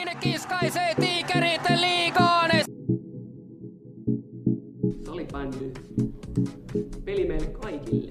Sinne kiskaisee tiikerit liigaan. Salibändy. Peli meille kaikille.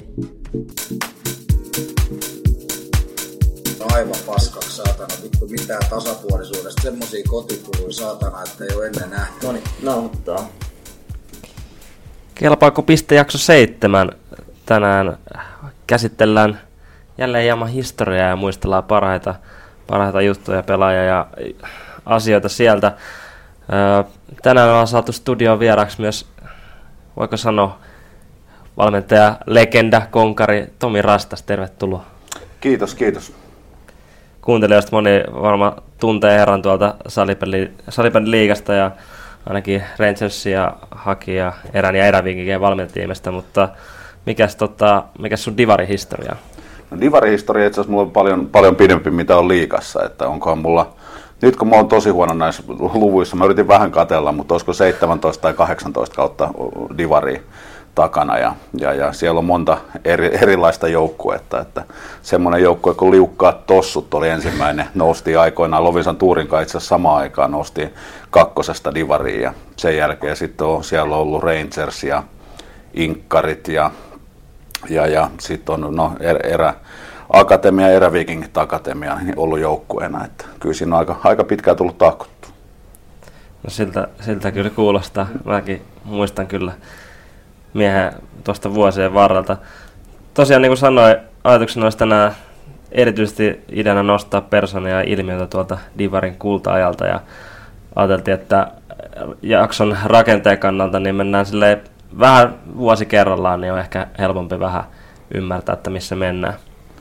Aivan paskaksi saatana, vittu mitään tasapuolisuudesta, semmosia kotikuluja saatana, että ei oo ennen nähty. Noniin, nauhoittaa. Kelpaako piste jakso 7? Tänään käsitellään jälleen hieman historiaa ja muistellaan parhaita juttuja, pelaajia ja asioita sieltä. Tänään on saatu studioon vieraaksi myös, voiko sanoa, valmentaja, legenda, konkari Tomi Rastas. Tervetuloa. Kiitos, kiitos. Kuuntelijoista moni varmaan tuntee herran tuolta Salibändin liigasta ja ainakin Rangersia haki ja eräviikinkien valmentajatiimestä, mutta mikäs sun divarihistoria on? No, divarihistoria itse asiassa mulla on paljon pidempi, mitä on liigassa, että onkohan mulla, nyt kun mä oon tosi huono näissä luvuissa, mä yritin vähän katsella, mutta olisiko 17 tai 18 kautta divaria takana ja siellä on monta erilaista joukkuetta, että semmoinen joukkue kuin Liukkaat Tossut oli ensimmäinen, noustiin aikoinaan Loviisan Tuurin kanssa itse asiassa samaan aikaan, noustiin kakkosesta divariin ja sen jälkeen sitten on siellä ollut Rangers ja Inkkarit ja sitten on Akatemia ja Eräviikingit Akatemia ollut joukkueena, että kyllä siinä on aika pitkään tullut tahkottua. No siltä kyllä kuulostaa, mäkin muistan kyllä miehen tuosta vuosien varrelta. Tosiaan niin kuin sanoin, ajatuksena olisi tänään erityisesti ideana nostaa persoonia ja ilmiötä tuolta divarin kulta-ajalta ja ajateltiin, että jakson rakenteen kannalta niin mennään silleen vähän vuosi kerrallaan, niin on ehkä helpompi vähän ymmärtää, että missä mennään.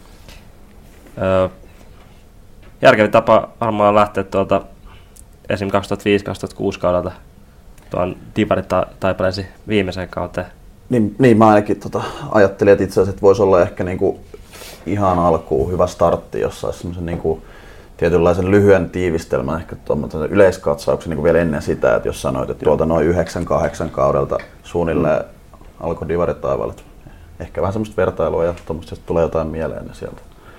Järkevin tapa varmaan lähteä tuolta esim. 2005-2006 kaudelta tuon divaritaipaleesi viimeiseen kauteen. Niin mä ainakin ajattelin, että itse asiassa että voisi olla ehkä niinku ihan alkuun hyvä startti, jossa olisi semmoisen niinku tietynlaisen lyhyen tiivistelmän, ehkä yleiskatsauksen niinku vielä ennen sitä, että jos sanoit, että tuolta noin 9-8 kaudelta suunnilleen alkoi divaritaivaalle. Ehkä vähän semmoista vertailua ja tuommoista tulee jotain mieleen sieltä.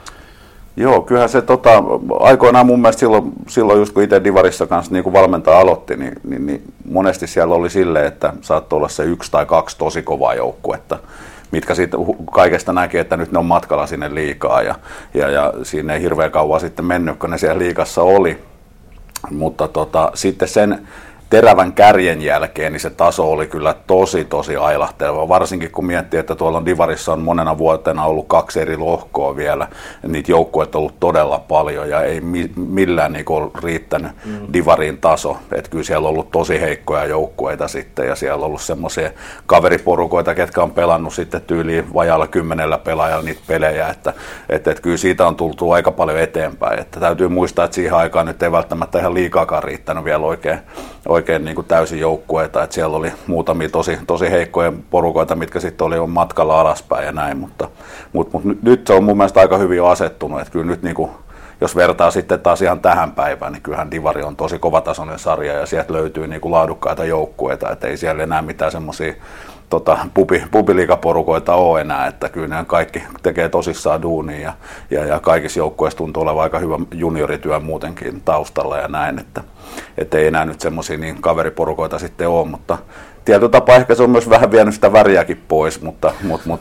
Joo, kyllähän se aikoinaan mun mielestä silloin just kun itse divarissa kanssa niin kun valmentaja aloitti, niin monesti siellä oli silleen, että saattoi olla se 1 tai 2 tosi kovaa joukkuetta, mitkä sitten kaikesta näki, että nyt ne on matkalla sinne liigaa ja siinä ei hirveän kauan sitten mennyt, kun ne siellä liigassa oli, mutta sitten sen terävän kärjen jälkeen niin se taso oli kyllä tosi ailahteleva, varsinkin kun miettii, että tuolla on divarissa on monena vuotena ollut 2 eri lohkoa vielä, ja niitä joukkueita on ollut todella paljon ja ei millään niin ole riittänyt divarin taso, että kyllä siellä on ollut tosi heikkoja joukkueita sitten ja siellä on ollut semmoisia kaveriporukoita, ketkä on pelannut sitten tyyliin vajaalla 10 pelaajalla niitä pelejä, että kyllä siitä on tultu aika paljon eteenpäin, että täytyy muistaa, että siihen aikaan nyt ei välttämättä ihan liikaakaan riittänyt vielä oikein niin kuin täysin joukkueita, että siellä oli muutamia tosi heikkoja porukoita, mitkä sitten oli matkalla alaspäin ja näin, mutta nyt se on mun mielestä aika hyvin jo asettunut, että kyllä nyt niin kuin, jos vertaa sitten taas ihan tähän päivään, niin kyllähän divari on tosi kovatasoinen sarja ja sieltä löytyy niin kuin laadukkaita joukkueita, että ei siellä enää mitään semmoisia pupiliikaporukoita ole enää, että kyllä ne kaikki tekee tosissaan duunia ja kaikissa joukkueissa tuntuu olevan aika hyvä juniorityö muutenkin taustalla ja näin, että ei enää nyt semmoisia niin kaveriporukoita sitten ole, mutta tietyllä tapaa ehkä se on myös vähän vienyt sitä väriäkin pois, mutta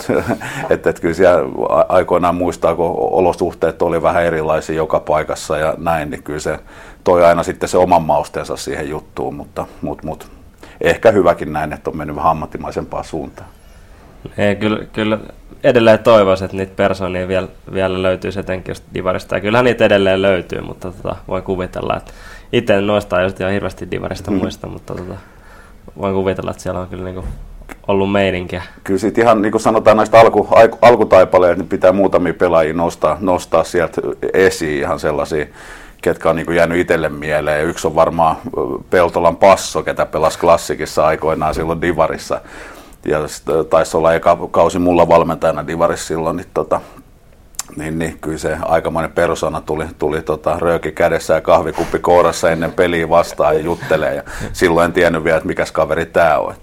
että kyllä siellä aikoinaan muistaa, kun olosuhteet oli vähän erilaisia joka paikassa ja näin, niin kyllä se toi aina sitten se oman mausteensa siihen juttuun, mutta ehkä hyväkin näin, että on mennyt vähän ammattimaisempaan suuntaan. Ei, kyllä edelleen toivoisin, että niitä persoonia vielä löytyisi etenkin just divarista. Ja kyllähän niitä edelleen löytyy, mutta voin kuvitella, että itse noista ei ihan hirveästi divarista muista, mutta voin kuvitella, että siellä on kyllä niinku ollut meininkiä. Kyllä sitten ihan niin kuin sanotaan näistä alkutaipaleista, niin pitää muutamia pelaajia nostaa sieltä esiin ihan sellaisia, ketkä on niin jäänyt itselle mieleen. Ja yksi on varmaan Peltolan Passo, ketä pelasi Klassikissa aikoinaan silloin divarissa. Ja taisi olla eka kausi mulla valmentajana divarissa silloin. Niin, kyllä se aikamoinen persona tuli rööki kädessä ja kahvikuppi kourassa ennen peliä vastaan ja juttelee. Ja silloin en tiennyt vielä, että mikäs kaveri tämä on.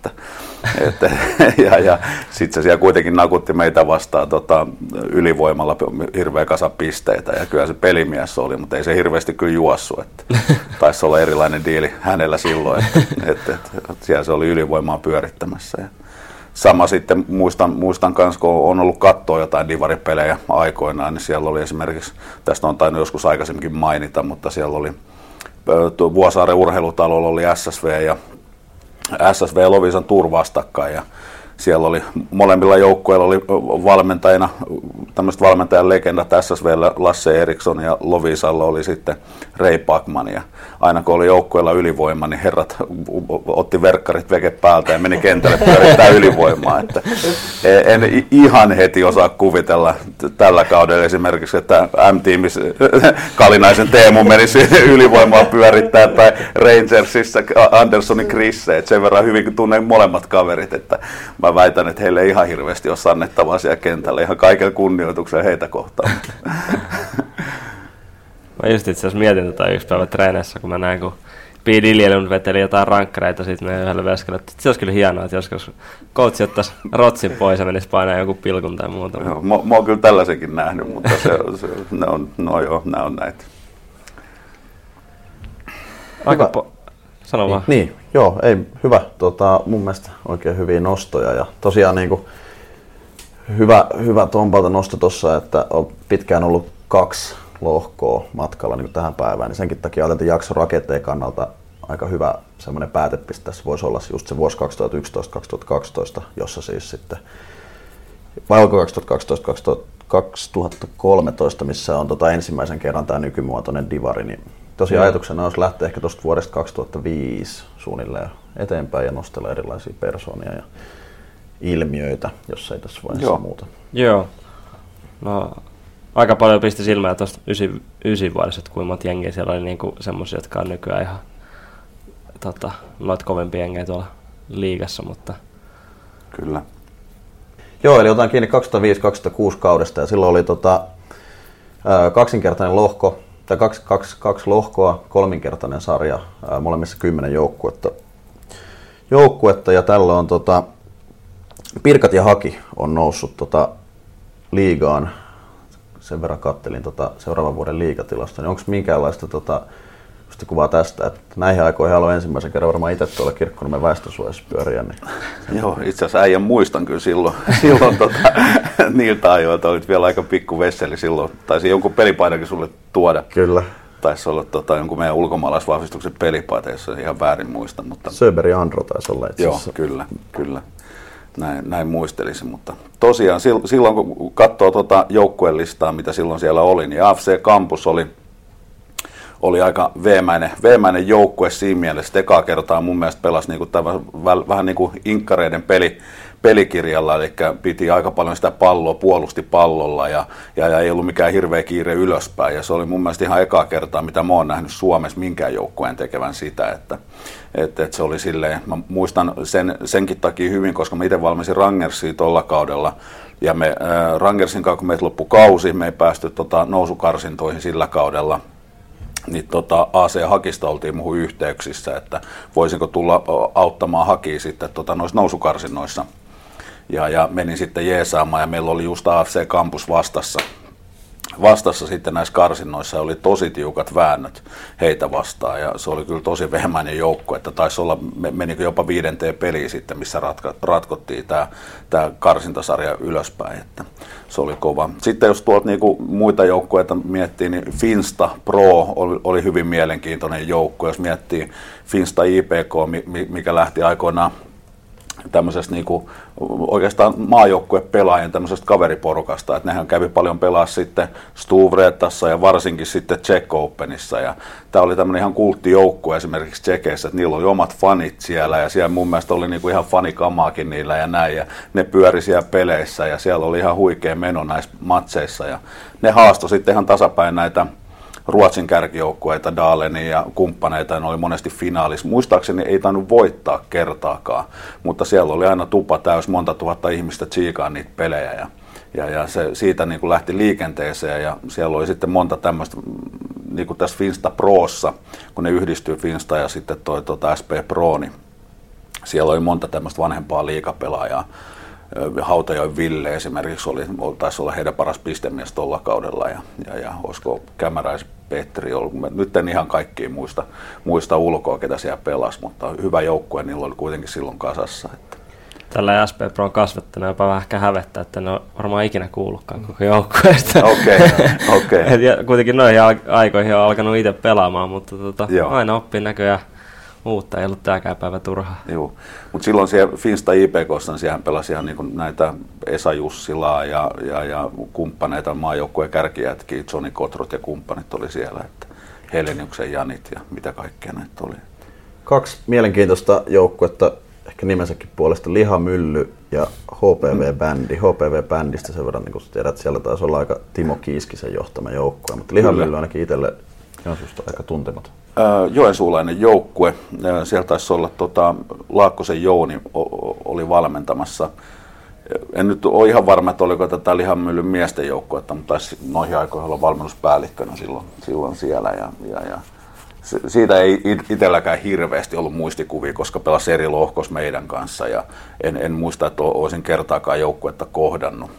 Ja sitten se siellä kuitenkin nakutti meitä vastaan ylivoimalla hirveä kasa pisteitä. Ja kyllä se pelimies oli, mutta ei se hirveästi kyllä juossut. Taisi olla erilainen diili hänellä silloin, että siellä se oli ylivoimaa pyörittämässä. Sama sitten muistan kanssa, kun on ollut katsoa jotain divaripelejä aikoinaan, niin siellä oli esimerkiksi, tästä on tainnut joskus aikaisemminkin mainita, mutta siellä oli Vuosaaren urheilutalolla oli SSV ja Loviisan Tour vastakkain ja siellä oli molemmilla joukkueilla oli valmentajana tämmöiset valmentajan legendat SSV:llä Lasse Eriksson ja Loviisalla oli sitten Ray Pacman ja aina kun oli joukkueella ylivoima, niin herrat otti verkkarit veke päältä ja meni kentälle pyörittää ylivoimaa. Että en ihan heti osaa kuvitella tällä kaudella esimerkiksi, että M-tiimissä Kalinaisen Teemu menisi ylivoimaa pyörittää tai Rangersissa Anderssonin Chrisse. Sen verran hyvin tunnen molemmat kaverit, että mä väitän, että heille ei ihan hirveästi ole annettavaa siellä kentällä. Ihan kaiken kunnioituksen heitä kohtaan. Mä just itse asiassa mietin yksi päivä treeneissä, kun mä näin, kun P. Diljelund veteli jotain rankkareita siitä meidän yhdellä veskellä. Se olisi kyllä hienoa, että joskus coachi ottaisi rotsin pois ja menisi painaa joku pilkun tai muuta. Joo, mä oon kyllä tällaisenkin nähnyt, mutta nämä on näitä. Sano vaan. Niin, joo, ei, hyvä. Mun mielestä oikein hyviä nostoja ja tosiaan niin kuin, hyvä Tompalta nosto tuossa, että on pitkään ollut 2 lohkoa matkalla niin kuin tähän päivään, niin senkin takia ajateltiin jakson rakenteen kannalta aika hyvä semmoinen päätepiste. Tässä voisi olla just se vuosi 2011-2012, jossa siis sitten, vai onko 2012-2013, missä on ensimmäisen kerran tämä nykymuotoinen divari, niin tosiaan ajatuksena olisi lähteä ehkä tuosta vuodesta 2005 suunnilleen eteenpäin ja nostella erilaisia persoonia ja ilmiöitä, jos ei tässä vaiheessa muuta. Joo. No, aika paljon pisti silmää tuosta 9 vuodessa, että kuinka monta jengiä siellä oli niinku semmoisia, jotka on nykyään ihan noita kovempia jengejä tuolla liigassa, mutta... Kyllä. Joo, eli otan kiinni 2005-2006 kaudesta ja silloin oli kaksinkertainen lohko, tai kaksi lohkoa, 3-kertainen sarja, molemmissa 10 joukkuetta ja tällä on Pirkat ja Haki on noussut liigaan. Sen verran kattelin seuraavan vuoden liigatilastoa, niin onko minkäänlaista just kuvaa tästä, että näihin aikoihin haluan ensimmäisen kerran varmaan itse tuolla Kirkkoniemen väestösuojassa pyöriä. Niin. Joo, itse asiassa äijän muistan kyllä silloin niiltä ajoilta olit vielä aika pikku vesseli silloin. Taisi jonkun pelipaitakin sulle tuoda. Kyllä. Taisi olla jonkun meidän ulkomaalaisvahvistuksen pelipaita, jos ihan väärin muistan. Mutta... Söberg Andro taisi olla itse asiassa. Joo, kyllä. Näin muistelisin, mutta tosiaan silloin kun katsoo joukkueen listaa, mitä silloin siellä oli, niin AFC Campus oli aika veemäinen joukkue siinä mielessä. Ekaa kertaa mun mielestä pelasi vähän niin kuin inkkareiden pelikirjalla, eli piti aika paljon sitä palloa, puolusti pallolla ja ei ollut mikään hirveä kiire ylöspäin. Ja se oli mun mielestä ihan ekaa kertaa, mitä mä oon nähnyt Suomessa minkään joukkueen tekevän sitä, että se oli silleen, mä muistan senkin takia hyvin, koska mä itse valmisin Rangersia tuolla kaudella. Ja me Rangersin kanssa, kun meitä loppui kausi, me ei päästy nousukarsintoihin sillä kaudella. Niin AC Hakista oltiin muuhun yhteyksissä, että voisinko tulla auttamaan Hakia sitten noissa nousukarsinnoissa. Ja menin sitten jeesaamaan ja meillä oli just AFC Campus vastassa sitten näissä karsinnoissa ja oli tosi tiukat väännöt heitä vastaan ja se oli kyllä tosi vehmäinen joukko, että taisi olla, menikö jopa 5. peliin sitten, missä ratkottiin tämä karsintasarja ylöspäin, että se oli kova. Sitten jos tuolta niinku muita joukkueita miettii, niin Finsta Pro oli hyvin mielenkiintoinen joukko, jos miettii Finsta IPK, mikä lähti aikoinaan tämmöisestä niinku oikeastaan maajoukkuepelaajien tämmöisestä kaveriporukasta, että nehän kävi paljon pelaa sitten Stuvretassa ja varsinkin sitten Czech Openissa ja tämä oli tämmöinen ihan kulttijoukkue esimerkiksi Tsekeissä, että niillä oli omat fanit siellä ja siellä mun mielestä oli niinku ihan fanikamaakin niillä ja näin ja ne pyöri siellä peleissä ja siellä oli ihan huikea meno näissä matseissa ja ne haastoi sitten ihan tasapäin näitä Ruotsin kärkijoukkueita, Dalenia ja kumppaneita, ja ne oli monesti finaalissa. Muistaakseni ei tainnut voittaa kertaakaan, mutta siellä oli aina tupa täys, monta tuhatta ihmistä tsiikaa niitä pelejä. Ja se siitä niin kuin lähti liikenteeseen ja siellä oli sitten monta tämmöistä, niin kuin tässä Finsta Prossa, kun ne yhdistyy Finsta ja sitten SP Pro, niin siellä oli monta tämmöistä vanhempaa liigapelaajaa. Hautajoen Ville esimerkiksi taisi olla heidän paras pistemies tuolla kaudella ja olisiko Kämäräis Petri ollut. Nyt en ihan kaikkia muista ulkoa, ketä siellä pelasi, mutta hyvä joukkue niillä oli kuitenkin silloin kasassa. Että. Tällä SP Pro kasvattanut jopa vähän ehkä hävettää, että ne on varmaan ikinä kuullutkaan koko joukkueesta. Okei. Ja kuitenkin noihin aikoihin on alkanut itse pelaamaan, mutta aina oppii näköjään uutta, ei ollut tääkään päivä turhaa. Joo, mutta silloin siellä Finsta IPK:ssa niin siellä pelasi ihan niin näitä Esa Jussilaa ja kumppaneita, maajoukkueen kärkijätkiä, Johnny Kotrot ja kumppanit oli siellä, että Heleniuksen Janit ja mitä kaikkea näitä oli. 2 mielenkiintoista joukkuetta, ehkä nimensäkin puolesta, Lihamylly ja HPV-bändi. HPV-bändistä sen verran, niin kun tiedät, siellä taisi olla aika Timo Kiiskisen johtama joukkue, mutta Lihamylly ainakin itselle Joensuusta aika tuntematon. Joensuulainen joukkue. Siellä taisi olla Laakkosen Jouni oli valmentamassa. En nyt ole ihan varma, että oliko tätä Lihamyllyn miesten joukkuetta, mutta taisi noihin aikoihin olla valmennuspäällikkönä silloin siellä. Ja siitä ei itselläkään hirveästi ollut muistikuvia, koska pelasi eri lohkos meidän kanssa ja en muista, että olisin kertaakaan joukkuetta kohdannut.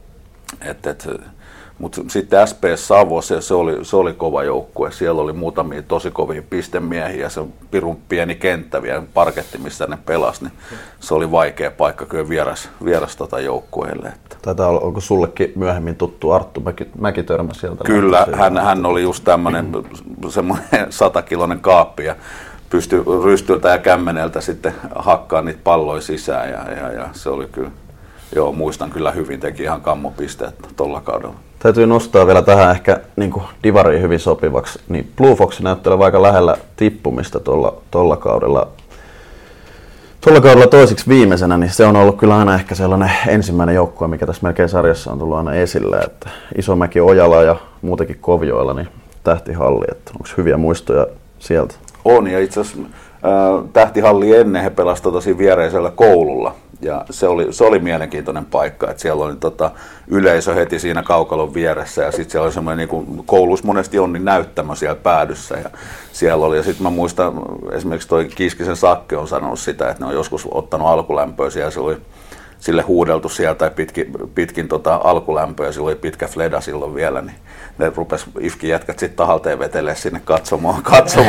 Mutta sitten SP Savo, se oli kova joukkue. Siellä oli muutamia tosi kovia pistemiehiä ja se pirun pieni kenttä vielä, parketti, missä ne pelasi, niin se oli vaikea paikka kyllä vieras joukkueelle. Taitaa olla, onko sullekin myöhemmin tuttu Arttu Mäkitörmä sieltä? Kyllä, hän oli just tämmöinen semmoinen 100-kiloinen kaappi ja pystyi rystyltä ja kämmeneltä sitten hakkaa niitä palloja sisään ja se oli kyllä, joo muistan kyllä hyvin, teki ihan kammopisteet tuolla kaudella. Täytyy nostaa vielä tähän ehkä niin divariin hyvin sopivaksi, niin Blue Fox näyttelee aika lähellä tippumista tuolla kaudella. Tuolla kaudella toisiksi viimeisenä, niin se on ollut kyllä aina ehkä sellainen ensimmäinen joukkue, mikä tässä melkein sarjassa on tullut aina esille. Että Isomäki, Ojala ja muutenkin Kovioilla, niin Tähtihalli, että onko hyviä muistoja sieltä? On, ja itse asiassa Tähtihalli ennen he pelasivat siinä viereisellä koululla. Ja se oli mielenkiintoinen paikka, että siellä oli yleisö heti siinä kaukalon vieressä ja sitten siellä oli semmoinen, niin kuin koulussa monesti on, niin näyttämö siellä päädyssä ja siellä oli. Ja sitten mä muistan, esimerkiksi toi Kiiskisen Sakke on sanonut sitä, että ne on joskus ottanut alkulämpöä siellä, se oli sille huudeltu sieltä pitkin alkulämpöä ja sillä oli pitkä fleda silloin vielä, niin ne rupes IFKin jätkät sitten tahalteen vetelemään sinne katsomaan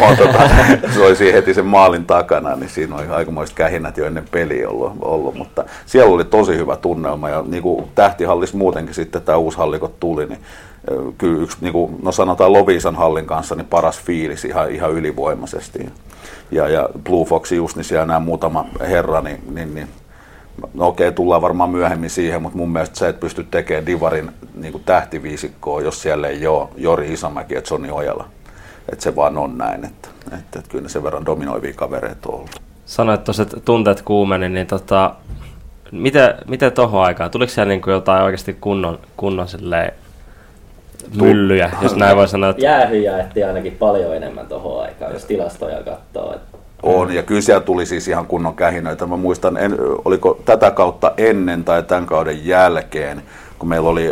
se oli siinä heti sen maalin takana, niin siinä oli aikamoiset kähinnät jo ennen peliä ollut, mutta siellä oli tosi hyvä tunnelma ja niin kuin Tähtihallissa muutenkin sitten tämä uusi halli kun tuli, niin kyllä yksi, niin kuin, no sanotaan Loviisan hallin kanssa, niin paras fiilis ihan ylivoimaisesti ja Blue Fox just, niin siellä nämä muutama herra, niin no okei, tullaan varmaan myöhemmin siihen, mutta mun mielestä sä et pysty tekemään divarin niin kuin tähtiviisikkoa, jos siellä ei ole Jori Isomäki ja Johnny Ojala. Että se vaan on näin, että kyllä ne sen verran dominoivia kavereita on ollut. Sanoit tuossa, että tunteet kuumeni, niin miten tohon aikaan? Tuliko siellä niin kuin jotain oikeasti kunnon myllyjä, jos näin voi sanoa? Jäähyjä ehti ainakin paljon enemmän tohon aikaan, jos tilastoja katsoo. On, ja kyllä siellä tuli siis ihan kunnon kähinöitä. Mä muistan, oliko tätä kautta ennen tai tämän kauden jälkeen, kun meillä oli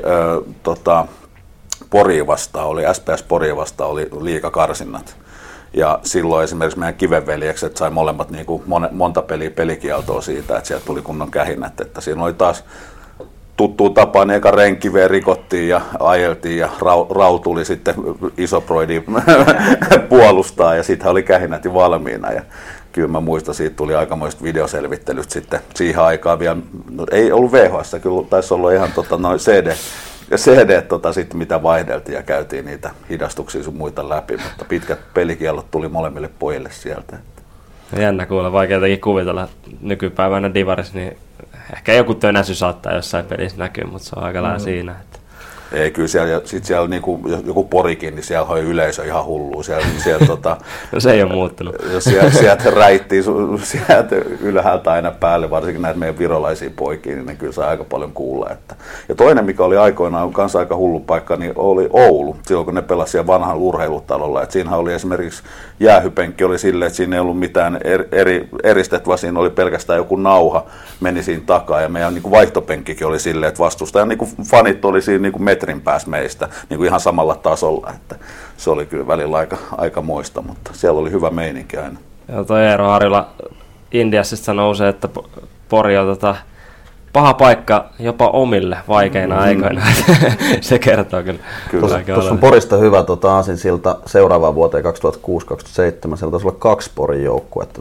Poria vastaan, oli SPS Poria vastaan, oli liigakarsinnat. Ja silloin esimerkiksi meidän kivenveljekset sai molemmat niin kuin monta pelikieltoa siitä, että sieltä tuli kunnon kähinnät. Että siinä oli taas tuttuun tapaan, eka renkkiveen rikottiin ja ajeltiin ja Rau tuli sitten Isoproidin puolustaa ja sitten oli kähinnät valmiina. Ja kyllä mä muistan, siitä tuli aikamoiset videoselvittelyt sitten siihen aikaan vielä. No, ei ollut VHS, kyllä taisi olla ihan noin CD sitten mitä vaihdeltiin ja käytiin niitä hidastuksia sun muita läpi, mutta pitkät pelikiellot tuli molemmille pojille sieltä. Jännä kuulla, vaikea jotenkin kuvitella nykypäivänä divarissa, niin ehkä joku tönäsy saattaa jossain pelissä näkyä, mutta se on aika lailla siinä. Että. Ei, kyllä siellä niinku, joku Porikin, niin siellä oli yleisö ihan hullua. No se ei ole muuttunut. Jos sieltä räittiin sieltä ylhäältä aina päälle, varsinkin näitä meidän virolaisia poikia, niin ne kyllä sai aika paljon kuulla. Ja toinen, mikä oli aikoinaan kanssa aika hullu paikka, niin oli Oulu, silloin kun ne pelasivat siellä vanhan urheilutalolla. Et siinähän oli esimerkiksi jäähypenkki oli silleen, että siinä ei ollut mitään eristettä, vaan siinä oli pelkästään joku nauha, meni siinä takaa. Ja meidän niin vaihtopenkkikin oli silleen, että vastustajan niin fanit oli siinä niin metrin päässä meistä niin ihan samalla tasolla. Että se oli kyllä välillä aika moista, mutta siellä oli hyvä meininki aina. Joo, toi Eero Harjula Indiassa nousee, että Pori on paha paikka jopa omille vaikeina aikoina. Se kertoo kyllä. Tuossa on Porista hyvä aasinsilta seuraavaan vuoteen 2006-2007. Siellä taisi olla 2 Porin joukkuetta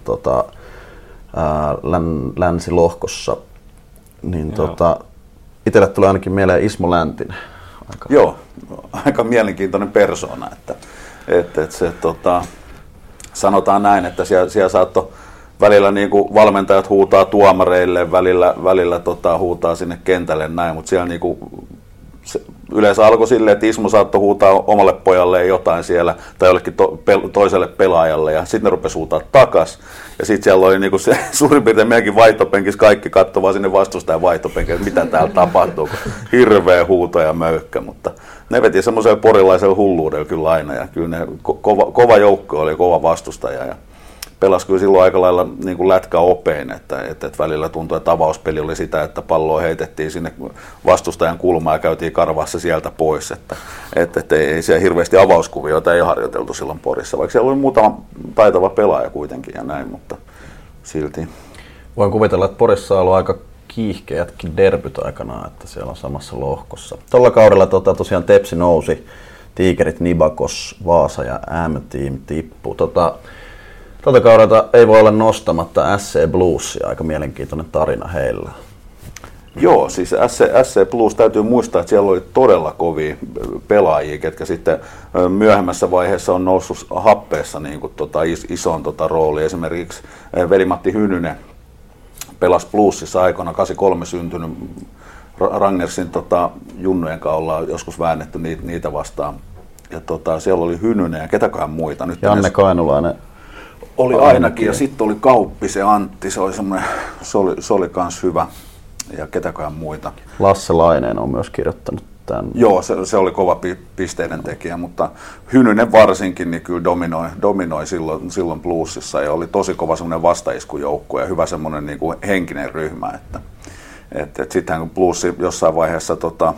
länsilohkossa. Niin itselle tulee ainakin mieleen Ismo Läntinen. Joo, aika mielenkiintoinen persoona. Että se, sanotaan näin, että siellä saattoi välillä niin kuin valmentajat huutaa tuomareille, välillä huutaa sinne kentälle näin, mutta siellä niin kuin, yleensä alkoi silleen, että Ismo saattoi huutaa omalle pojalle jotain siellä tai jollekin toiselle pelaajalle ja sitten ne rupesi huutaa takas. Ja sitten siellä oli niinku se suurin piirtein meidänkin vaihtopenkissä kaikki katsoi sinne vastustajan vaihtopenkiin, että mitä täällä tapahtuu, hirveä huuto ja möykkä, mutta ne veti semmoisella porilaisella hulluudella kyllä aina ja kyllä ne kova joukko oli, kova vastustaja ja pelasi kyllä silloin aika lailla niin kuin lätkäopein, että välillä tuntui, että avauspeli oli sitä, että palloa heitettiin sinne vastustajan kulmaan ja käytiin karvassa sieltä pois, että ei siellä hirveästi avauskuvioita ei harjoiteltu silloin Porissa, vaikka siellä oli muutama taitava pelaaja kuitenkin ja näin, mutta silti. Voin kuvitella, että Porissa on ollut aika kiihkeätkin derbyt aikanaan, että siellä on samassa lohkossa. Tuolla kaudella tosiaan Tepsi nousi, Tiikerit, Nibakos, Vaasa ja M-Team tippuu. Tuota kaudelta ei voi olla nostamatta SC Bluesia, aika mielenkiintoinen tarina heillä. Joo, siis SC Blues täytyy muistaa, että siellä oli todella kovia pelaajia, ketkä sitten myöhemmässä vaiheessa on noussut happeessa niin kuin ison rooliin. Esimerkiksi Veli-Matti Hynynen pelasi Bluesissa aikana 83 syntynyt. Rangersin junnujen kanssa ollaan joskus väännetty niitä vastaan. Ja siellä oli Hynynen ja ketäköhän muita. Nyt Janne Kainulainen. Oli ainakin, ja sitten oli Kauppisen Antti, se oli kans hyvä, ja ketäköhän muita. Lasse Laineen on myös kirjoittanut tämän. Joo, se oli kova pisteiden tekijä, mutta Hynynen varsinkin niin kyllä dominoi silloin Bluesissa, ja oli tosi kova semmoinen vastaiskujoukkue, ja hyvä semmoinen niin kuin henkinen ryhmä, että sittenhän kun Blues jossain vaiheessa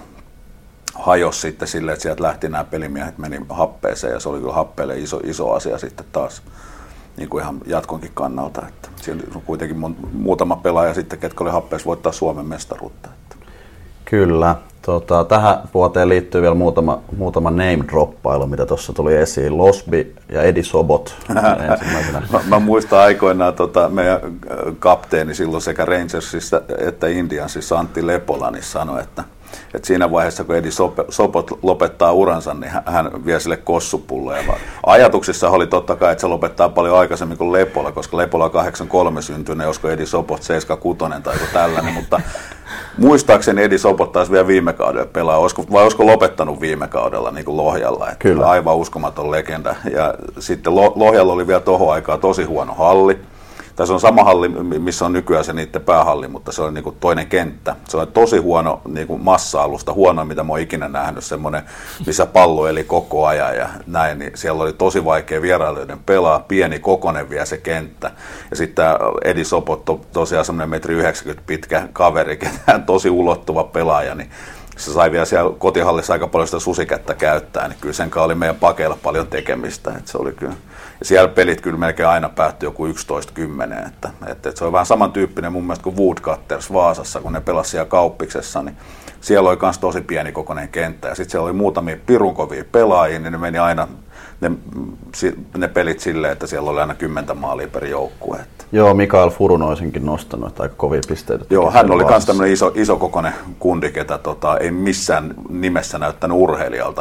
hajosi sitten silleen, että sieltä lähti nämä pelimiehet, meni happeeseen, ja se oli kyllä happeelle iso asia sitten taas. Niin kuin ihan jatkonkin kannalta. Että siellä on kuitenkin muutama pelaaja sitten, ketkä oli happeessa voittaa Suomen mestaruutta. Kyllä. Tähän vuoteen liittyy vielä muutama name-droppailu, mitä tuossa tuli esiin. Losby ja Eddie Sobot ensimmäisenä. Mä muistan aikoinaan meidän kapteeni silloin sekä Rangersissa että Indiansissa Antti Lepola niin sanoi, että siinä vaiheessa, kun Eddie Sobot lopettaa uransa, niin hän vie sille kossupulloja. Ajatuksissa oli totta kai, että se lopettaa paljon aikaisemmin kuin Lepola, koska Lepola on 83 syntynyt, olisiko Eddie Sobot 76 tai joku tällainen, mutta muistaakseni Eddie Sobot taisi vielä viime kaudella pelaa, vai olisiko lopettanut viime kaudella niin kuin Lohjalla. Kyllä. Aivan uskomaton legenda. Ja sitten Lohjalla oli vielä tohon aikaa tosi huono halli. Tässä on sama halli, missä on nykyään se niiden päähalli, mutta se on niin kuin toinen kenttä. Se on tosi huono niin kuin massa-alusta, huono mitä mä oon ikinä nähnyt, semmoinen, missä pallo eli koko ajan ja näin. Niin siellä oli tosi vaikea vierailijoiden pelaa, pieni kokonen vielä se kenttä. Ja sitten Eddie Sobot, tosiaan semmoinen 1,90 m pitkä kaveri, tosi ulottuva pelaaja, niin se sai vielä siellä kotihallissa aika paljon sitä susikättä käyttää, niin kyllä sen kanssa oli meidän pakeilla paljon tekemistä, että se oli kyllä. Ja siellä pelit kyllä melkein aina päättyi joku 11-10, että se on vähän samantyyppinen mun mielestä kuin Woodcutters Vaasassa, kun ne pelasi siellä Kauppiksessa, niin siellä oli myös tosi pieni kokoinen kenttä, ja sitten siellä oli muutamia pirunkovia pelaajia, niin ne meni aina ne pelit silleen, että siellä oli aina 10 maalia per joukkue. Joo, Mikael Furunoisinkin nostanut, että aika kovia pisteitä. Joo, hän oli myös tämmöinen isokokoinen kundi, ketä ei missään nimessä näyttänyt urheilijalta.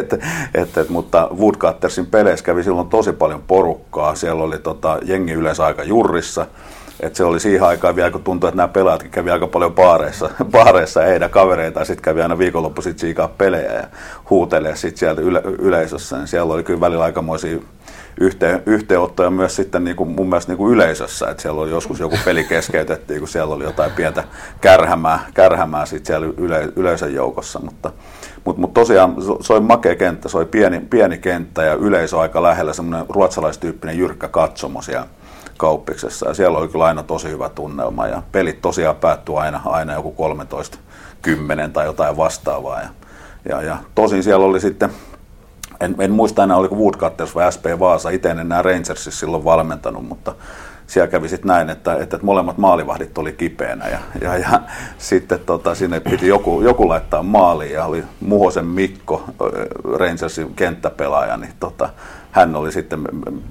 Mutta Woodcuttersin peleissä kävi silloin tosi paljon porukkaa. Siellä oli jengi yleensä aika jurrissa. Et se oli siihen aikaan vielä, kun tuntui, että nämä pelaajatkin kävi aika paljon baareissa ja heidän kavereita, ja sitten kävi aina viikonloppuisin tsiikaa pelejä ja huutelee sitten sieltä yleisössä. Niin siellä oli kyllä välillä aikamoisia yhteenottoja myös sitten niin kuin, mun mielestä niin kuin yleisössä, että siellä oli joskus joku peli keskeytettiin, kun siellä oli jotain pientä kärhämää sitten siellä yleisön joukossa, mutta tosiaan se oli makea kenttä, se oli pieni kenttä ja yleisö aika lähellä, semmoinen ruotsalaistyyppinen jyrkkä katsomo siellä Kauppiksessa, ja siellä oli kyllä aina tosi hyvä tunnelma, ja pelit tosiaan päättyi aina joku 13-10 tai jotain vastaavaa, ja tosin siellä oli sitten, en muista enää oliko Woodcutters vai SP Vaasa, itse en enää Rangersissa silloin valmentanut, mutta siellä kävi sitten näin, että molemmat maalivahdit oli kipeänä ja sitten sinne piti joku laittaa maaliin ja oli Muhosen Mikko, Rangersin kenttäpelaaja, niin hän oli sitten,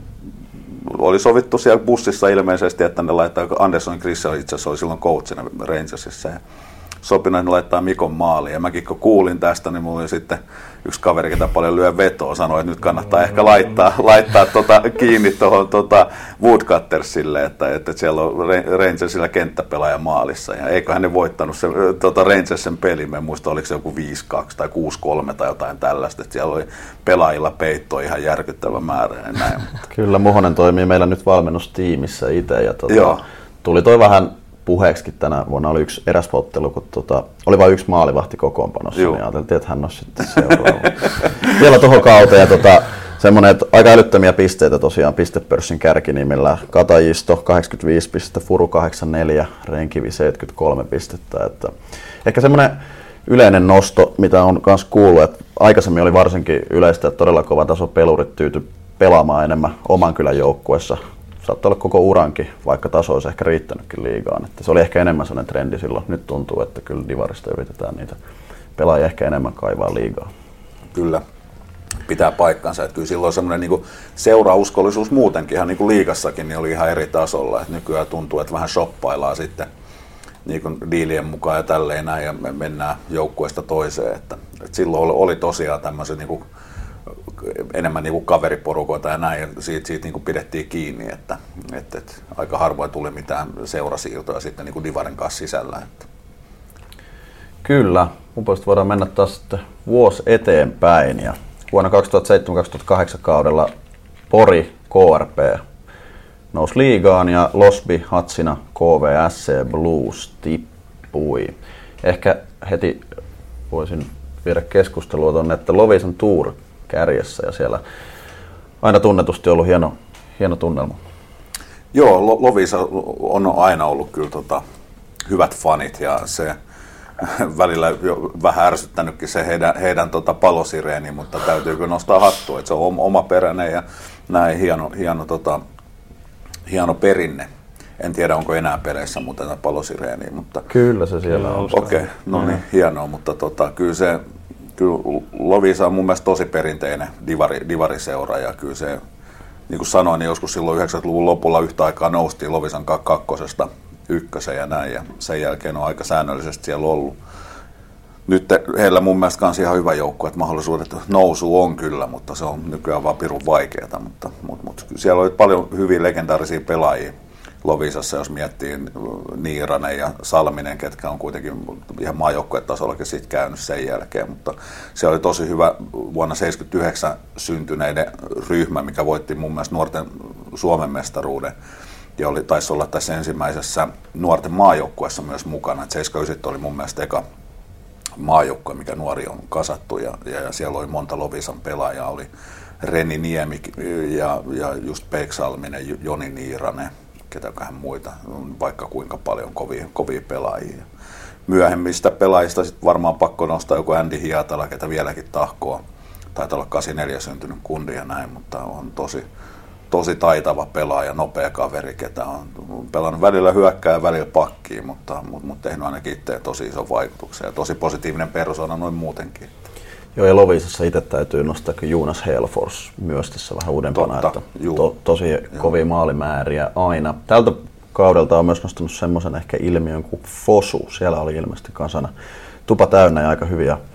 oli sovittu siellä bussissa ilmeisesti, että ne laittaa, Anderson Chris itse asiassa oli silloin coachina Rangersissa ja sopinut, että ne laittaa Mikon maaliin. Ja mäkin kun kuulin tästä, niin mulla oli sitten yksi kaveri, ketä paljon lyö vetoa, sanoi, että nyt kannattaa ehkä laittaa kiinni tuohon Woodcuttersille, että siellä on Rangersilla kenttäpelaaja maalissa. Ja eiköhän ne voittanut se Rangersin pelin, en muista oliko se joku 5-2 tai 6-3 tai jotain tällaista. Että siellä oli pelaajilla peitto ihan järkyttävä määrä. Ja näin. Kyllä, Muhonen toimii meillä nyt valmennustiimissä itse ja tuli toi vähän puheeksikin tänä vuonna, oli yksi eräsottelu, kun oli vain yksi maalivahti kokoonpanossa, niin ajateltiin, että hän on sitten seuraava. Vielä tuohon kauteen ja semmoinen, että aika älyttömiä pisteitä tosiaan pistepörssin kärkinimillä. Katajisto 85 pistettä, Furu 84, Renkivi 73 pistettä. Että ehkä semmoinen yleinen nosto, mitä on myös kuullut, että aikaisemmin oli varsinkin yleistä, että todella kova taso pelurit tyyty pelaamaan enemmän oman kylän joukkueessa. Saattaa olla koko urankin, vaikka taso olisi ehkä riittänytkin liigaan. Että se oli ehkä enemmän sellainen trendi silloin. Nyt tuntuu, että kyllä divarista yritetään niitä pelaajia ehkä enemmän kaivaa liigaa. Kyllä, pitää paikkansa. Että kyllä silloin semmoinen niin seurauskollisuus muutenkin, ihan niin kuin liigassakin, niin oli ihan eri tasolla. Että nykyään tuntuu, että vähän shoppaillaan sitten niin kuin diilien mukaan ja tälleen näin, ja me mennään joukkueesta toiseen. Että silloin oli tosiaan tämmöisen niin kuin enemmän niin kuin kaveriporukoita ja näin, ja siitä niin kuin pidettiin kiinni, että aika harvoin tuli mitään seurasiirtoja sitten niin kuin divarin kanssa sisällä. Että. Kyllä, mun puolesta voidaan mennä taas sitten vuosi eteenpäin, ja vuonna 2007-2008 kaudella Pori KRP nousi liigaan ja Losby Hatsina KVSC Blues tippui. Ehkä heti voisin viedä keskustelua tuonne, että Loviisan Tour kärjessä ja siellä aina tunnetusti ollut hieno tunnelma. Joo, Lovisa on aina ollut kyllä hyvät fanit ja se välillä jo vähän ärsyttänytkin se heidän palosireeni, mutta täytyykö nostaa hattua, että se on omaperäinen ja näin hieno perinne. En tiedä, onko enää peleissä muuten palosireeniä, mutta kyllä se siellä on. Okei, no niin, hienoa, mutta kyllä Lovisa on mun mielestä tosi perinteinen divariseura ja kyllä se, niin kuin sanoin, niin joskus silloin 90-luvun lopulla yhtä aikaa noustiin Lovisan 2 ykkösen ja näin ja sen jälkeen on aika säännöllisesti siellä ollut. Nyt heillä mun mielestä kans ihan hyvä joukko, että mahdollisuudet nousu on kyllä, mutta se on nykyään vaan pirun vaikeaa, mutta siellä oli paljon hyviä legendaarisia pelaajia Lovisassa, jos miettii Niiranen ja Salminen, ketkä on kuitenkin ihan maajoukkuetasollakin siitä käynyt sen jälkeen, mutta se oli tosi hyvä vuonna 1979 syntyneiden ryhmä, mikä voitti mun mielestä nuorten Suomen mestaruuden ja taisi olla tässä ensimmäisessä nuorten maajoukkueessa myös mukana, että 79 oli mun mielestä eka maajoukkue, mikä nuori on kasattu ja siellä oli monta Lovisan pelaajaa, oli Reni Niemi ja just Peik Salminen, Joni Niiranen, ketäköhän muita, vaikka kuinka paljon kovia pelaajia. Myöhemmistä pelaajista sitten varmaan pakko nostaa joku Andy Hiatala, ketä vieläkin tahkoa. Taitaa olla 84 syntynyt kundi ja näin, mutta on tosi taitava pelaaja, nopea kaveri, ketä on pelannut välillä hyökkää ja välillä pakkiin, mutta tehnyt ainakin itse tosi ison vaikutuksen ja tosi positiivinen persoona noin muutenkin. Joo, ja Lovisassa itse täytyy nostaa Jonas Helfors myös tässä vähän uudempana, että tosi kovia maalimääriä aina. Tältä kaudelta on myös nostanut semmoisen ehkä ilmiön kuin Fosu. Siellä oli ilmeisesti kansana tupa täynnä ja aika hyviä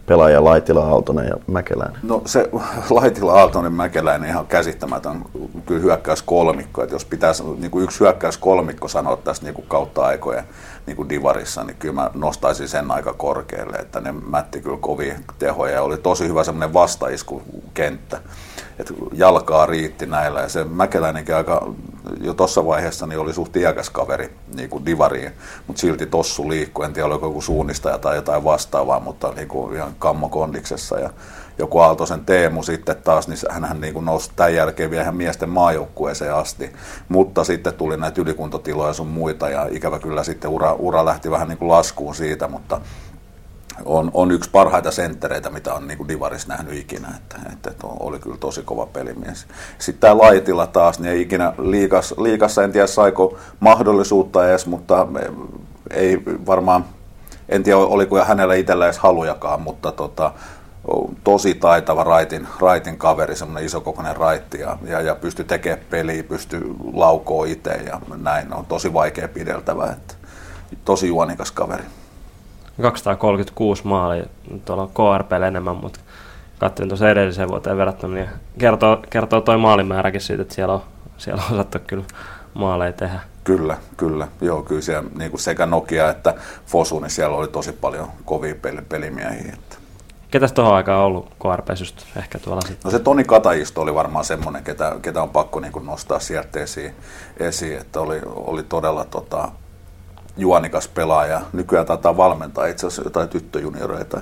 pelaajia Laitila, Aaltonen ja Mäkeläinen? No se Laitila, Aaltonen, Mäkeläinen ihan käsittämätön kyllä hyökkäyskolmikko. Että jos pitäisi niin kuin yksi hyökkäyskolmikko sanoa tästä niin kuin kautta aikojen niin kuin divarissa, niin kyllä mä nostaisin sen aika korkealle, että ne mätti kyllä kovia tehoja ja oli tosi hyvä semmoinen vastaiskukenttä. Että jalkaa riitti näillä ja se Mäkeläinenkin aika jo tuossa vaiheessa niin oli suht iäkäs kaveri niin kuin divariin, mutta silti tossu liikkui. En tiedä, oliko joku suunnistaja tai jotain vastaavaa, mutta niin kuin ihan kammokondiksessa. Ja joku Aaltosen Teemu sitten taas, niin hänhän niin kuin nousi tämän jälkeen vielä ihan miesten maajoukkueeseen asti. Mutta sitten tuli näitä ylikuntotiloja sun muita ja ikävä kyllä sitten ura lähti vähän niin kuin laskuun siitä, mutta on yksi parhaita senttereitä, mitä on niin kuin divarissa nähnyt ikinä, että oli kyllä tosi kova pelimies. Sitten tämä Laitila taas, niin ei ikinä liigassa en tiedä saiko mahdollisuutta edes, mutta ei varmaan, en tiedä oliko hänellä itsellä edes halujakaan, mutta tosi taitava raitin kaveri, semmoinen isokokoinen raitti ja pystyi tekemään peliä, pystyi laukoo itse ja näin, on tosi vaikea pideltävä, että tosi juonikas kaveri. 236 maalia, tuolla on KRP:llä enemmän, mutta katsoin tuossa edelliseen vuoteen verrattuna, niin kertoo toi maalimääräkin siitä, että siellä on osattu kyllä maaleja tehdä. Kyllä. Joo, kyllä siellä niin kuin sekä Nokia että Fosu, niin siellä oli tosi paljon kovia pelimiehiä. Että. Ketäs tuohon aikaan on ollut KRP:ssä just ehkä tuolla sitten? No se Toni Kataisto oli varmaan semmoinen, ketä on pakko niin kuin nostaa sieltä esiin, että oli todella juonikas pelaaja. Nykyään taitaa valmentaa itse asiassa jotain tyttöjunioreita,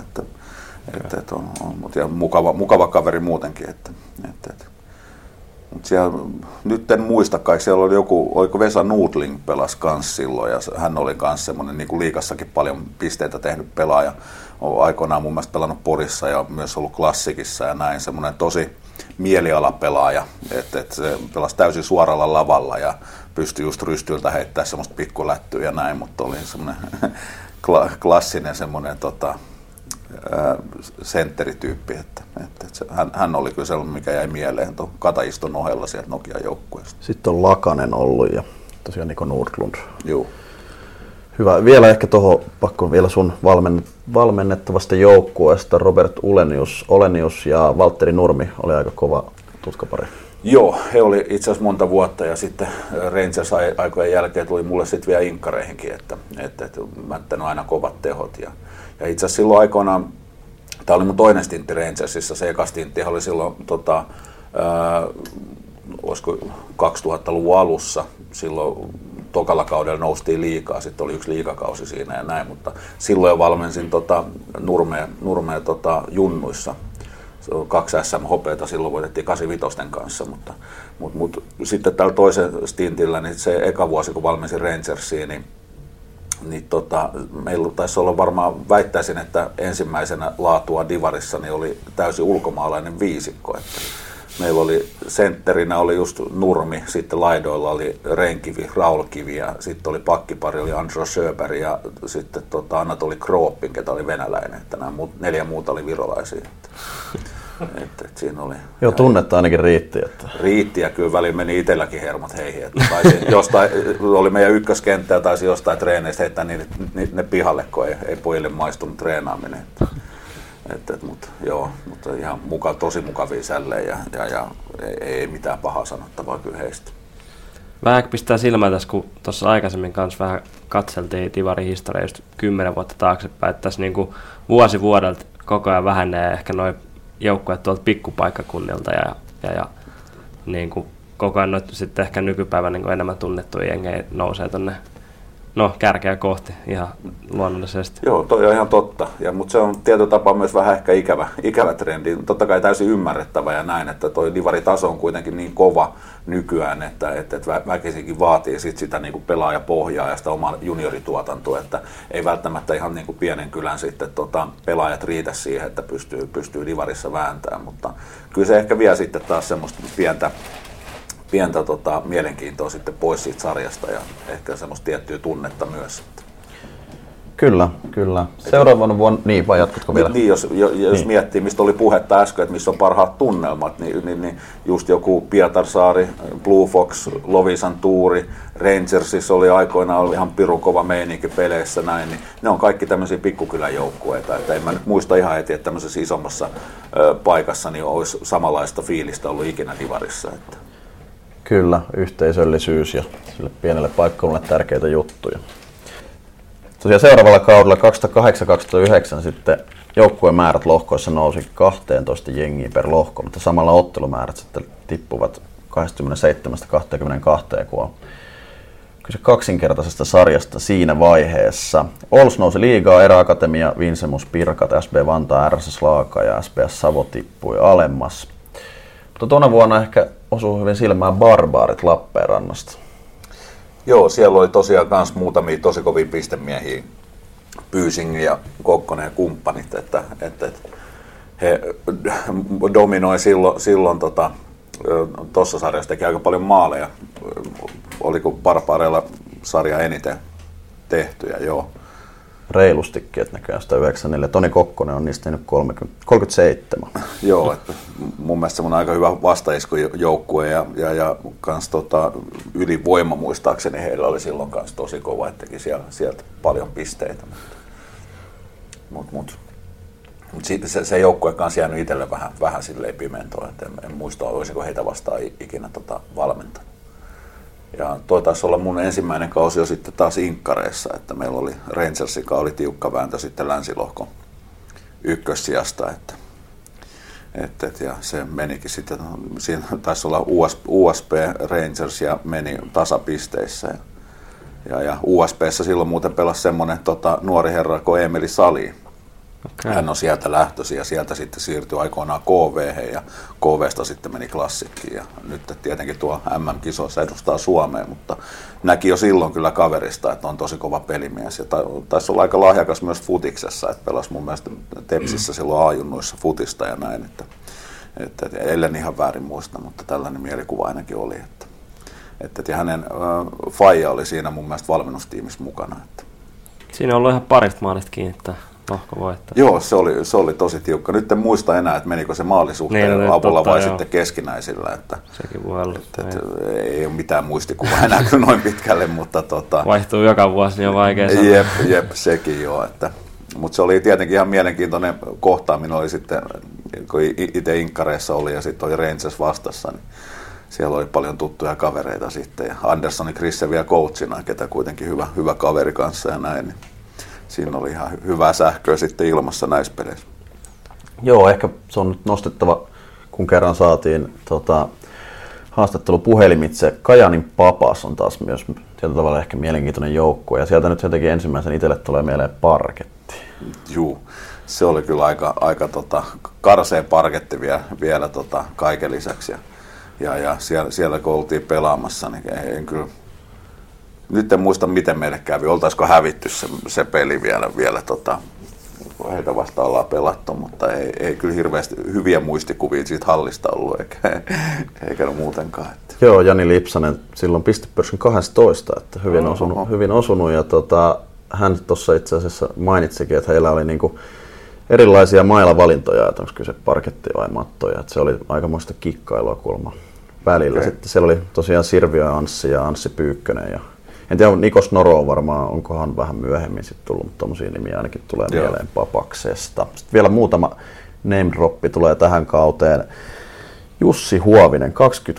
ja mukava kaveri muutenkin. Mutta siellä, nyt en muista kai, siellä oli oliko Vesa Nudling pelasi kans silloin, ja hän oli kans semmoinen niin kuin liigassakin paljon pisteitä tehnyt pelaaja. On aikoinaan mun mielestä pelannut Porissa ja myös ollut Klassikissa ja näin, semmoinen tosi mielialapelaaja, että se pelasi täysin suoralla lavalla ja pystyi just rystyltä heittämään semmoista pikkulättyä ja näin, mutta oli semmoinen klassinen semmoinen sentterityyppi, että hän oli kyllä sellainen, mikä jäi mieleen tuon Kataiston ohella sieltä Nokian joukkueesta. Sitten on Lakanen ollut ja tosiaan Niko Nordlund. Joo. Hyvä. Vielä ehkä pakko vielä sun valmennettavasta joukkueesta Robert Olenius ja Valtteri Nurmi oli aika kova tutkapari. Joo, he oli itse asiassa monta vuotta ja sitten Rangers-aikojen jälkeen tuli mulle sitten vielä inkkareihinkin, että mättänyt aina kovat tehot. Ja itse asiassa silloin aikoinaan, tämä oli mun toinen stintti Rangersissa, se eka stintti oli silloin olisiko 2000-luvun alussa, silloin tokalla kaudella noustiin liigaa, sitten oli yksi liigakausi siinä ja näin, mutta silloin jo valmensin Nurmea junnuissa. Se on 2 SM-hopeata, silloin voitettiin 85 kanssa, mutta sitten tällä toisen stintillä, niin se eka vuosi kun valmensin Rangersiin, niin meillä taisi olla varmaan, väittäisin, että ensimmäisenä laatua divarissa niin oli täysin ulkomaalainen viisikko. Että meillä oli sentterinä oli just Nurmi, sitten laidoilla oli Renkivi, Raulkivi ja sitten oli pakkipari, oli Andro Sjöberg ja sitten Anatoli Kroopin, ketä oli venäläinen. Että nämä 4 muuta oli virolaisia. Että siinä oli. Joo, tunnetta ainakin riitti. Että. Riitti ja kyllä väliin meni itselläkin hermot heihin. Että jostain, oli meidän ykköskenttä ja taisi jostain treeneistä heittää ne pihalle, kun ei pojille maistunut treenaaminen. Mutta ihan tosi mukavia sälleen ja ei mitään pahaa sanottavaa kyllä heistä. Vähän pistää silmää tässä, kun tuossa aikaisemmin kanssa vähän katseltiin Divarin historiaa just 10 vuotta taaksepäin, että tässä niin kuin vuosi vuodelta koko ajan vähenee ehkä noin joukkueet tuolta pikkupaikkakunnilta ja niin kuin koko ajan noit sitten ehkä nykypäivän niin kuin enemmän tunnettuja jengejä nousee tuonne kärkeä kohti ihan luonnollisesti. Joo, toi on ihan totta, mutta se on tietyllä tapaa myös vähän ehkä ikävä trendi. Totta kai täysin ymmärrettävä ja näin, että toi divaritaso on kuitenkin niin kova nykyään, että väkisinkin vaatii sitä niin kuin pelaajapohjaa ja sitä omaa juniorituotantoa, että ei välttämättä ihan niin kuin pienen kylän sitten pelaajat riitä siihen, että pystyy divarissa vääntämään, mutta kyllä se ehkä vie sitten taas semmoista pientä mielenkiintoa sitten pois siitä sarjasta ja ehkä semmoista tiettyä tunnetta myös. Kyllä. Seuraavana vuonna, niin vai jatkatko vielä? Niin, jos miettii, mistä oli puhetta äsken, että missä on parhaat tunnelmat, niin just joku Pietarsaari, Blue Fox, Loviisan tuuri, Rangersissa oli aikoinaan ihan pirun kova meininki peleissä näin, niin ne on kaikki tämmöisiä pikkukylän joukkueita, että en mä nyt muista ihan heti, että tämmöisessä isommassa paikassa niin olisi samanlaista fiilistä ollut ikinä divarissa. Että. Kyllä, yhteisöllisyys ja sille pienelle paikkakunnalle tärkeitä juttuja. Tosiaan seuraavalla kaudella 2008-2009 sitten joukkueen määrät lohkoissa nousi 12 jengiä per lohko, mutta samalla ottelumäärät sitten tippuvat 27-22, kun on kyse kaksinkertaisesta sarjasta siinä vaiheessa. Ols nousi liigaa, Eräakatemia, Vinsemus, Pirkat, SB Vantaa, RSS Laaka ja SBS Savo tippui alemmas. Mutta tuona vuonna ehkä osui hyvin silmään Barbaarit Lappeenrannasta. Joo, siellä oli tosiaan myös muutamia tosi kovia pistemiehiä, Pyysing ja Kokkonen ja kumppanit, että he dominoi silloin tuossa sarjassa, teki aika paljon maaleja. Oliko Barbaareilla sarja eniten tehtyjä, joo. Reilustikin, että näköjään 194. Toni Kokkonen on niistä tehnyt 37. Joo, että mun mielestä semmoinen aika hyvä vastaiskujoukkue ja kans ylivoima muistaakseni heillä oli silloin kans tosi kova, että teki sieltä paljon pisteitä. Mut se joukkue kanssa jäänyt itselle vähän silleen pimentoon, että en muista olisiko heitä vastaan ikinä valmentanut. Ja toi taisi olla mun ensimmäinen kausi jo sitten taas inkkareissa, että meillä oli Rangers, joka oli tiukka vääntö sitten länsilohkon ykkössijasta, ja se menikin sitten, siinä taisi olla USP Rangers ja meni tasapisteissä. Ja USP:ssä silloin muuten pelasi semmoinen nuori herra kuin Emeli Sali. Okay. Hän on sieltä lähtöisin ja sieltä sitten siirtyi aikoinaan KV:hen ja KV:sta sitten meni Klassikkiin ja nyt tietenkin tuo MM-kisoissa edustaa Suomea, mutta näki jo silloin kyllä kaverista, että on tosi kova pelimies ja taisi olla aika lahjakas myös futiksessa, että pelasi mun mielestä Tepsissä silloin A-junnuissa futista ja näin, että ellen ihan väärin muista, mutta tällainen mielikuva ainakin oli, että hänen faija oli siinä mun mielestä valmennustiimissä mukana. Että. Siinä on ollut ihan parista maalista kiinnittää. Joo, se oli tosi tiukka. Nyt en muista enää, että menikö se maalisuhteen avulla vai sitten keskinäisillä. Että, sekin voi olla. Ei ole mitään muistikuvaa enää kyllä noin pitkälle, mutta vaihtuu joka vuosi, niin on vaikea sanoa. Jep, sekin joo. Mutta se oli tietenkin ihan mielenkiintoinen kohtaaminen, oli sitten, kun itse inkkareissa oli ja sitten oli Rangers vastassa, niin siellä oli paljon tuttuja kavereita sitten. Ja Anderssoni Krisse vielä coachina, ketä kuitenkin hyvä kaveri kanssa ja näin. Niin. Siinä oli ihan hyvää sähköä sitten ilmassa näissä peleissä. Joo, ehkä se on nyt nostettava, kun kerran saatiin haastattelu puhelimitse. Kajanin Papas on taas myös tietyllä tavalla ehkä mielenkiintoinen joukkue. Ja sieltä nyt jotenkin ensimmäisen itselle tulee mieleen Parketti. Juu, se oli kyllä aika karsea parketti vielä kaiken lisäksi. Ja siellä kun oltiin pelaamassa, niin en kyllä. Nyt en muista, miten meille kävi. Oltaisiko hävitty se peli vielä heitä vastaan ollaan pelattu, mutta ei kyllä hirveästi hyviä muistikuvia siitä hallista ollut, eikä muutenkaan. Että. Joo, Jani Lipsanen silloin pistepörssin 12, että hyvin osunut ja hän tuossa itse asiassa mainitsikin, että heillä oli niinku erilaisia mailavalintoja, että onko kyse parketti vai mattoja, että se oli aikamoista kikkailua kuulemma välillä. Okay. Sitten siellä oli tosiaan Sirviö Anssi ja Anssi Pyykkönen ja en tiedä, Nikos Noro varmaan, onkohan vähän myöhemmin sitten tullut, mutta tommosia nimiä ainakin tulee mieleen Papaksesta. Sitten vielä muutama name droppi tulee tähän kauteen. Jussi Huovinen,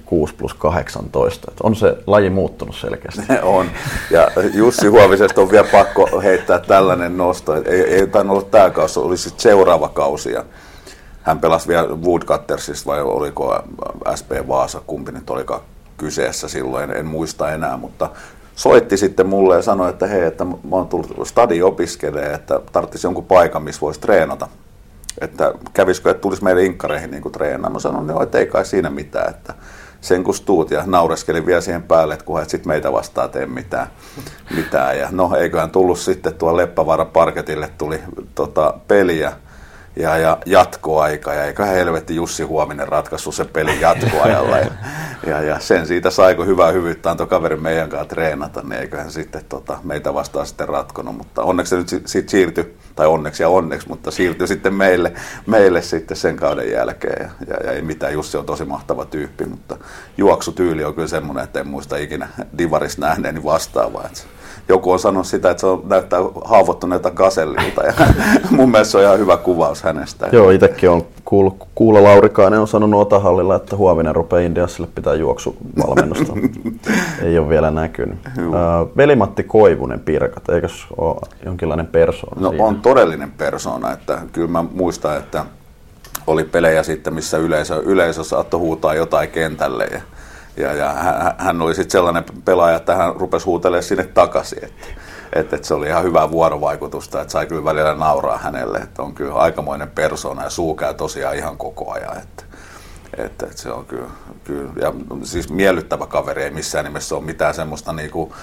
26+18. On se laji muuttunut selkeästi? On. Ja Jussi Huovisesta on vielä pakko heittää tällainen nosto. Ei tainnut olla tämä kausi, oli sitten seuraava kausi. Ja hän pelasi vielä Woodcuttersista vai oliko SP Vaasa, kumpi nyt olikaan kyseessä silloin, en muista enää, mutta soitti sitten mulle ja sanoi, että hei, että mä oon tullut stadiin opiskelemaan, että tarvitsisi jonkun paikan, missä voisi treenata. Että kävisikö, että tulisi meille inkkareihin niin kuin treenaamaan. Mä sanoin, että ei kai siinä mitään, että sen kun tuut ja naureskelin vielä siihen päälle, että kunhan et sit meitä vastaan tee mitään. Ja no eiköhän tullut sitten tuolla Leppävaara parketille tuli peliä ja jatkoaika, ja eiköhän helvetti Jussi Huominen ratkaissut sen pelin jatkoajalla. Ja sen siitä sai, kun hyvää hyvyyttä antoi kaveri meidän kanssa treenata, niin eiköhän sitten meitä vastaan sitten ratkonut. Mutta onneksi se nyt sitten siirtyi, tai onneksi, mutta siirtyi sitten meille sitten sen kauden jälkeen. Ja ei mitään, Jussi on tosi mahtava tyyppi, mutta juoksutyyli on kyllä semmoinen, että en muista ikinä divarissa nähneeni vastaavaa. Joku on sanonut sitä, että se näyttää haavoittuneelta Gasellilta, ja mun mielestä se on ihan hyvä kuvaus hänestä. Joo, itsekin on Kuula Laurikainen on sanonut Otahallilla, että Huovinen rupeaa Indiassille pitää juoksuvalmennusta. Ei ole vielä näkynyt. Veli-Matti Koivunen Pirkat, eikö ole jonkinlainen persoona? No siinä? On todellinen persoona, että kyllä mä muistan, että oli pelejä sitten, missä yleisö saattoi huutaa jotain kentälle, ja hän oli sitten sellainen pelaaja, että hän rupesi huutelemaan sinne takaisin. Että se oli ihan hyvää vuorovaikutusta, että sai kyllä välillä nauraa hänelle. Että on kyllä aikamoinen persoona ja suu käy tosiaan ihan koko ajan. Että se on kyllä, ja siis miellyttävä kaveri, ei missään nimessä ole mitään semmoista niinku,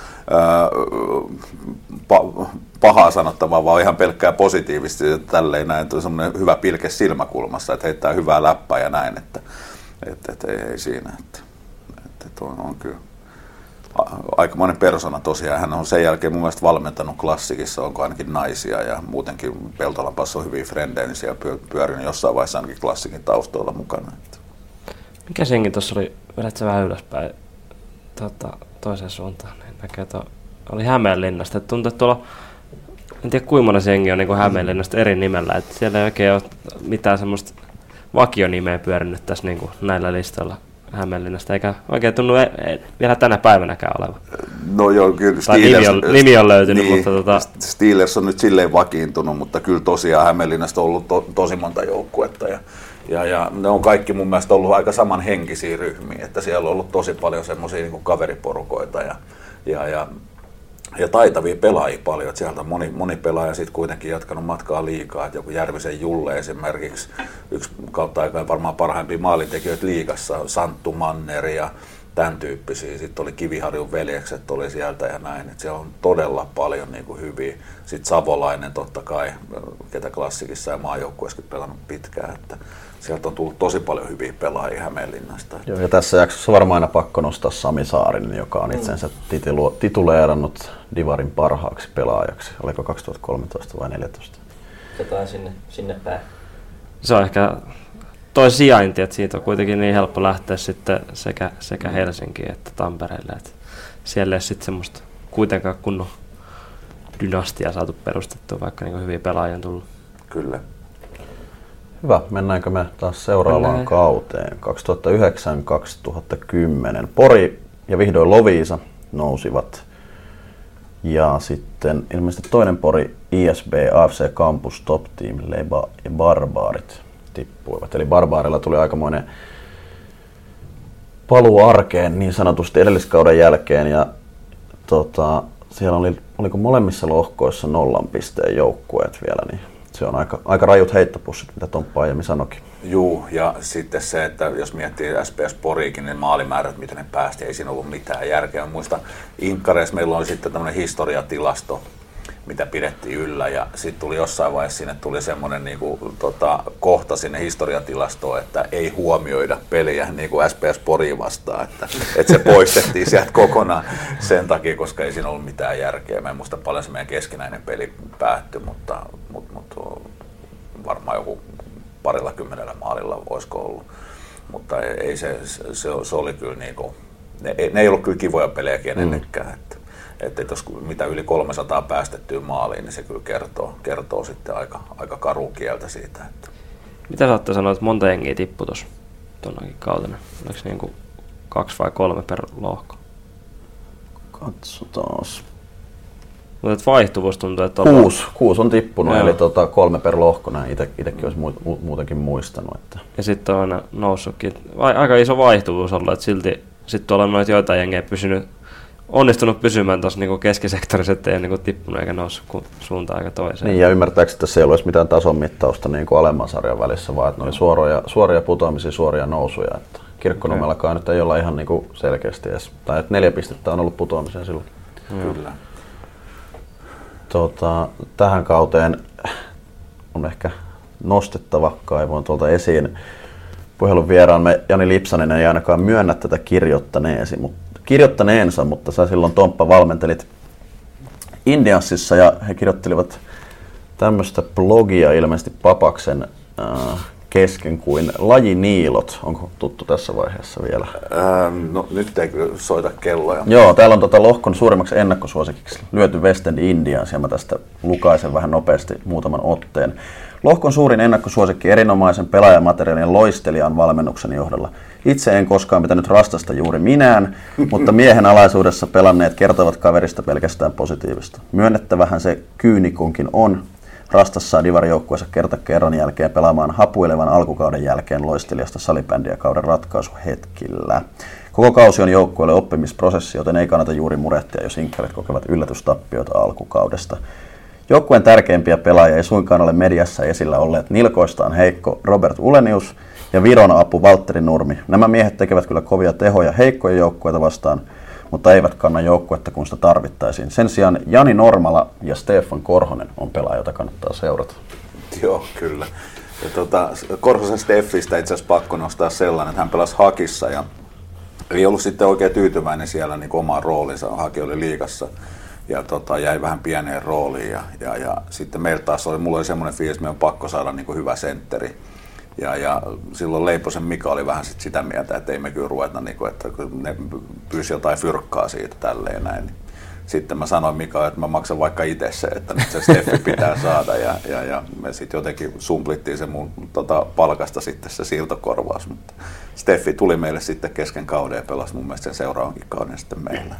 pahaa sanottavaa, vaan ihan pelkkää positiivista. Tälleen näin, että on semmoinen hyvä pilke silmäkulmassa, että heittää hyvää läppää ja näin. Että ei siinä. Että on kyllä aikamoinen persona tosiaan. Hän on sen jälkeen mun mielestä valmentanut Klassikissa, onko ainakin naisia, ja muutenkin Peltolan kanssa on hyviä frendejä, niin siellä pyörinyt jossain vaiheessa ainakin Klassikin taustoilla mukana. Mikä senkin tuossa oli, vedät sä vähän ylöspäin toiseen suuntaan, niin näkee, että oli Hämeenlinnasta. Että tuntuu, että tuolla, en tiedä kuinka monen sengi on niin Hämeenlinnasta eri nimellä, että siellä ei oikein ole mitään semmoista vakionimeä pyörinyt tässä niin kuin näillä listoilla Hämeenlinnasta, eikä oikein tunnu vielä tänä päivänäkään olevan. No joo, kyllä nimi on löytynyt, niin, mutta Steelers on nyt silleen vakiintunut, mutta kyllä tosiaan Hämeenlinnasta on ollut tosi monta joukkuetta, ja ne on kaikki mun mielestä ollut aika samanhenkisiä ryhmiä, että siellä on ollut tosi paljon semmoisia niin kuin kaveriporukoita ja taitavia pelaajia paljon, että sieltä on moni pelaaja sitten kuitenkin jatkanut matkaa liigaa, että joku Järvisen Julle esimerkiksi, yksi kautta aikaan varmaan parhaimpia maalintekijöitä liigassa, Santtu Manner ja tämän tyyppisiä, sitten oli Kiviharjun veljekset oli sieltä ja näin, että siellä on todella paljon niin kuin hyviä, sitten Savolainen totta kai, ketä Klassikissa ja maajoukkueessakin pelannut pitkään, että sieltä on tullut tosi paljon hyviä pelaajia Hämeenlinnasta. Joo, ja tässä jaksossa varmaan aina pakko nostaa Sami Saarinen, joka on itsensä tituleerannut Divarin parhaaksi pelaajaksi. Oliko 2013 vai 2014? Jotain sinne päin. se on ehkä toi sijainti, että siitä on kuitenkin niin helppo lähteä sitten sekä Helsinkiin että Tampereelle. Että siellä ei sitten semmoista kuitenkaan kunnon dynastia saatu perustettua, vaikka niin hyviä pelaajia on tullut. Kyllä. Hyvä, mennäänkö me taas seuraavaan kauteen? 2009-2010 Pori ja vihdoin Loviisa nousivat. Ja sitten ilmeisesti toinen Pori, ISB, AFC Campus, Top Team, Leba ja Barbaarit tippuivat. Eli Barbaarilla tuli aikamoinen paluu arkeen niin sanotusti edelliskauden jälkeen. Ja siellä oliko molemmissa lohkoissa 0 pisteen joukkueet vielä, niin se on aika rajut heittopussit, mitä Tomppa aiemmin sanoikin. Juu, ja sitten se, että jos miettii SPS Poriikin, niin maalimäärät, miten ne päästi, ei siinä ollut mitään järkeä. Muista Inkkareissa meillä oli sitten tämmöinen historiatilasto, mitä pidettiin yllä, ja sitten tuli jossain vaiheessa sinne tuli semmoinen kohta sinne historiatilastoon, että ei huomioida peliä niin kuin SPS Poriin vastaan, että se poistettiin sieltä kokonaan sen takia, koska ei siinä ollut mitään järkeä. Mä en muista paljon se meidän keskinäinen peli päättyi, mutta varmaan joku 20 maalilla olisiko ollut, mutta ei se oli kyllä niinku, ne ei ollut kyllä kivoja pelejä kenellekään, että jos mitä yli 300 päästettyä maaliin, niin se kyllä kertoo sitten aika karua kieltä siitä. Että. Mitä saatte sanoa, että monta jengiä tippui tuonnakin kautena? Oliko niin kuin 2 vai 3 per lohko? Katsotaan. Mutta vaihtuvuus tuntuu, että 6 on tippunut, eli 3 per lohko, näin itsekin olisi muutenkin muistanut. Että. Ja sitten on aina noussutkin. Aika iso vaihtuvuus ollut, että silti sitten tuolla on noita joitain jengejä onnistunut pysymään tuossa niinku keskisektorissa, ettei ole niinku tippunut eikä noussut suuntaan aika toiseen. Niin, ja ymmärtääkö, että se ei olisi mitään tason mittausta niinku alemman sarjan välissä, vaan että ne oli suoria putoamisia, suoria nousuja. Että Kirkkonummellakaan nyt ei olla ihan niinku selkeästi edes, tai että 4 pistettä on ollut putoamiseen silloin. Kyllä. Tähän kauteen on ehkä nostettava. Kaivoin tuolta esiin puhelun vieraamme Jani Lipsanen ei ainakaan myönnä tätä kirjoittaneensa, mutta sä silloin Tomppa valmentelit Indiansissa ja he kirjoittelivat tämmöistä blogia ilmeisesti Papaksen kesken kuin lajiniilot. Onko tuttu tässä vaiheessa vielä? No nyt ei kyllä soita kelloja. Joo, täällä on lohkon suurimmaksi ennakkosuosikiksi lyöty West End Indians ja mä tästä lukaisen vähän nopeasti muutaman otteen. Lohkon suurin ennakkosuosikki erinomaisen pelaajamateriaalien loistelijan valmennuksen johdolla. Itse en koskaan pitänyt Rastasta juuri minään, mutta miehen alaisuudessa pelanneet kertovat kaverista pelkästään positiivista. Myönnettävähän se kyynikunkin on. Rastas saa divarijoukkueensa kerta kerran jälkeen pelaamaan hapuilevan alkukauden jälkeen loistelijasta salibändiä kauden ratkaisuhetkillä. Koko kausi on joukkueelle oppimisprosessi, joten ei kannata juuri murehtia, jos inkkarit kokevat yllätystappioita alkukaudesta. Joukkueen tärkeimpiä pelaajia ei suinkaan ole mediassa esillä olleet nilkoistaan heikko Robert Ulenius ja Viron apu Valtteri Nurmi. Nämä miehet tekevät kyllä kovia tehoja heikkoja joukkueita vastaan, mutta eivät kanna joukkuetta, kun sitä tarvittaisiin. Sen sijaan Jani Normala ja Stefan Korhonen on pelaaja, jota kannattaa seurata. Joo, kyllä. Ja Korhosen Steffistä itse asiassa pakko nostaa sellainen, että hän pelasi Hakissa ja ei ollut sitten oikein tyytyväinen siellä niin omaan roolinsa. Haki oli liigassa ja jäi vähän pieneen rooliin ja sitten meillä taas mulla oli semmoinen fiilis, että meidän on pakko saada niin hyvä sentteri. Ja silloin Leiposen Mika oli vähän sitä mieltä, että ei me kyllä ruveta, että ne pyysi jotain fyrkkaa siitä tälleen näin. Sitten mä sanoin Mikalle, että mä maksan vaikka itse se, että nyt se Steffi pitää saada ja me sitten jotenkin sumplittiin se mun palkasta sitten se siirtokorvaus. Mutta Steffi tuli meille sitten kesken kauden ja pelasi mun mielestä sen seuraavankin kauden sitten meillä.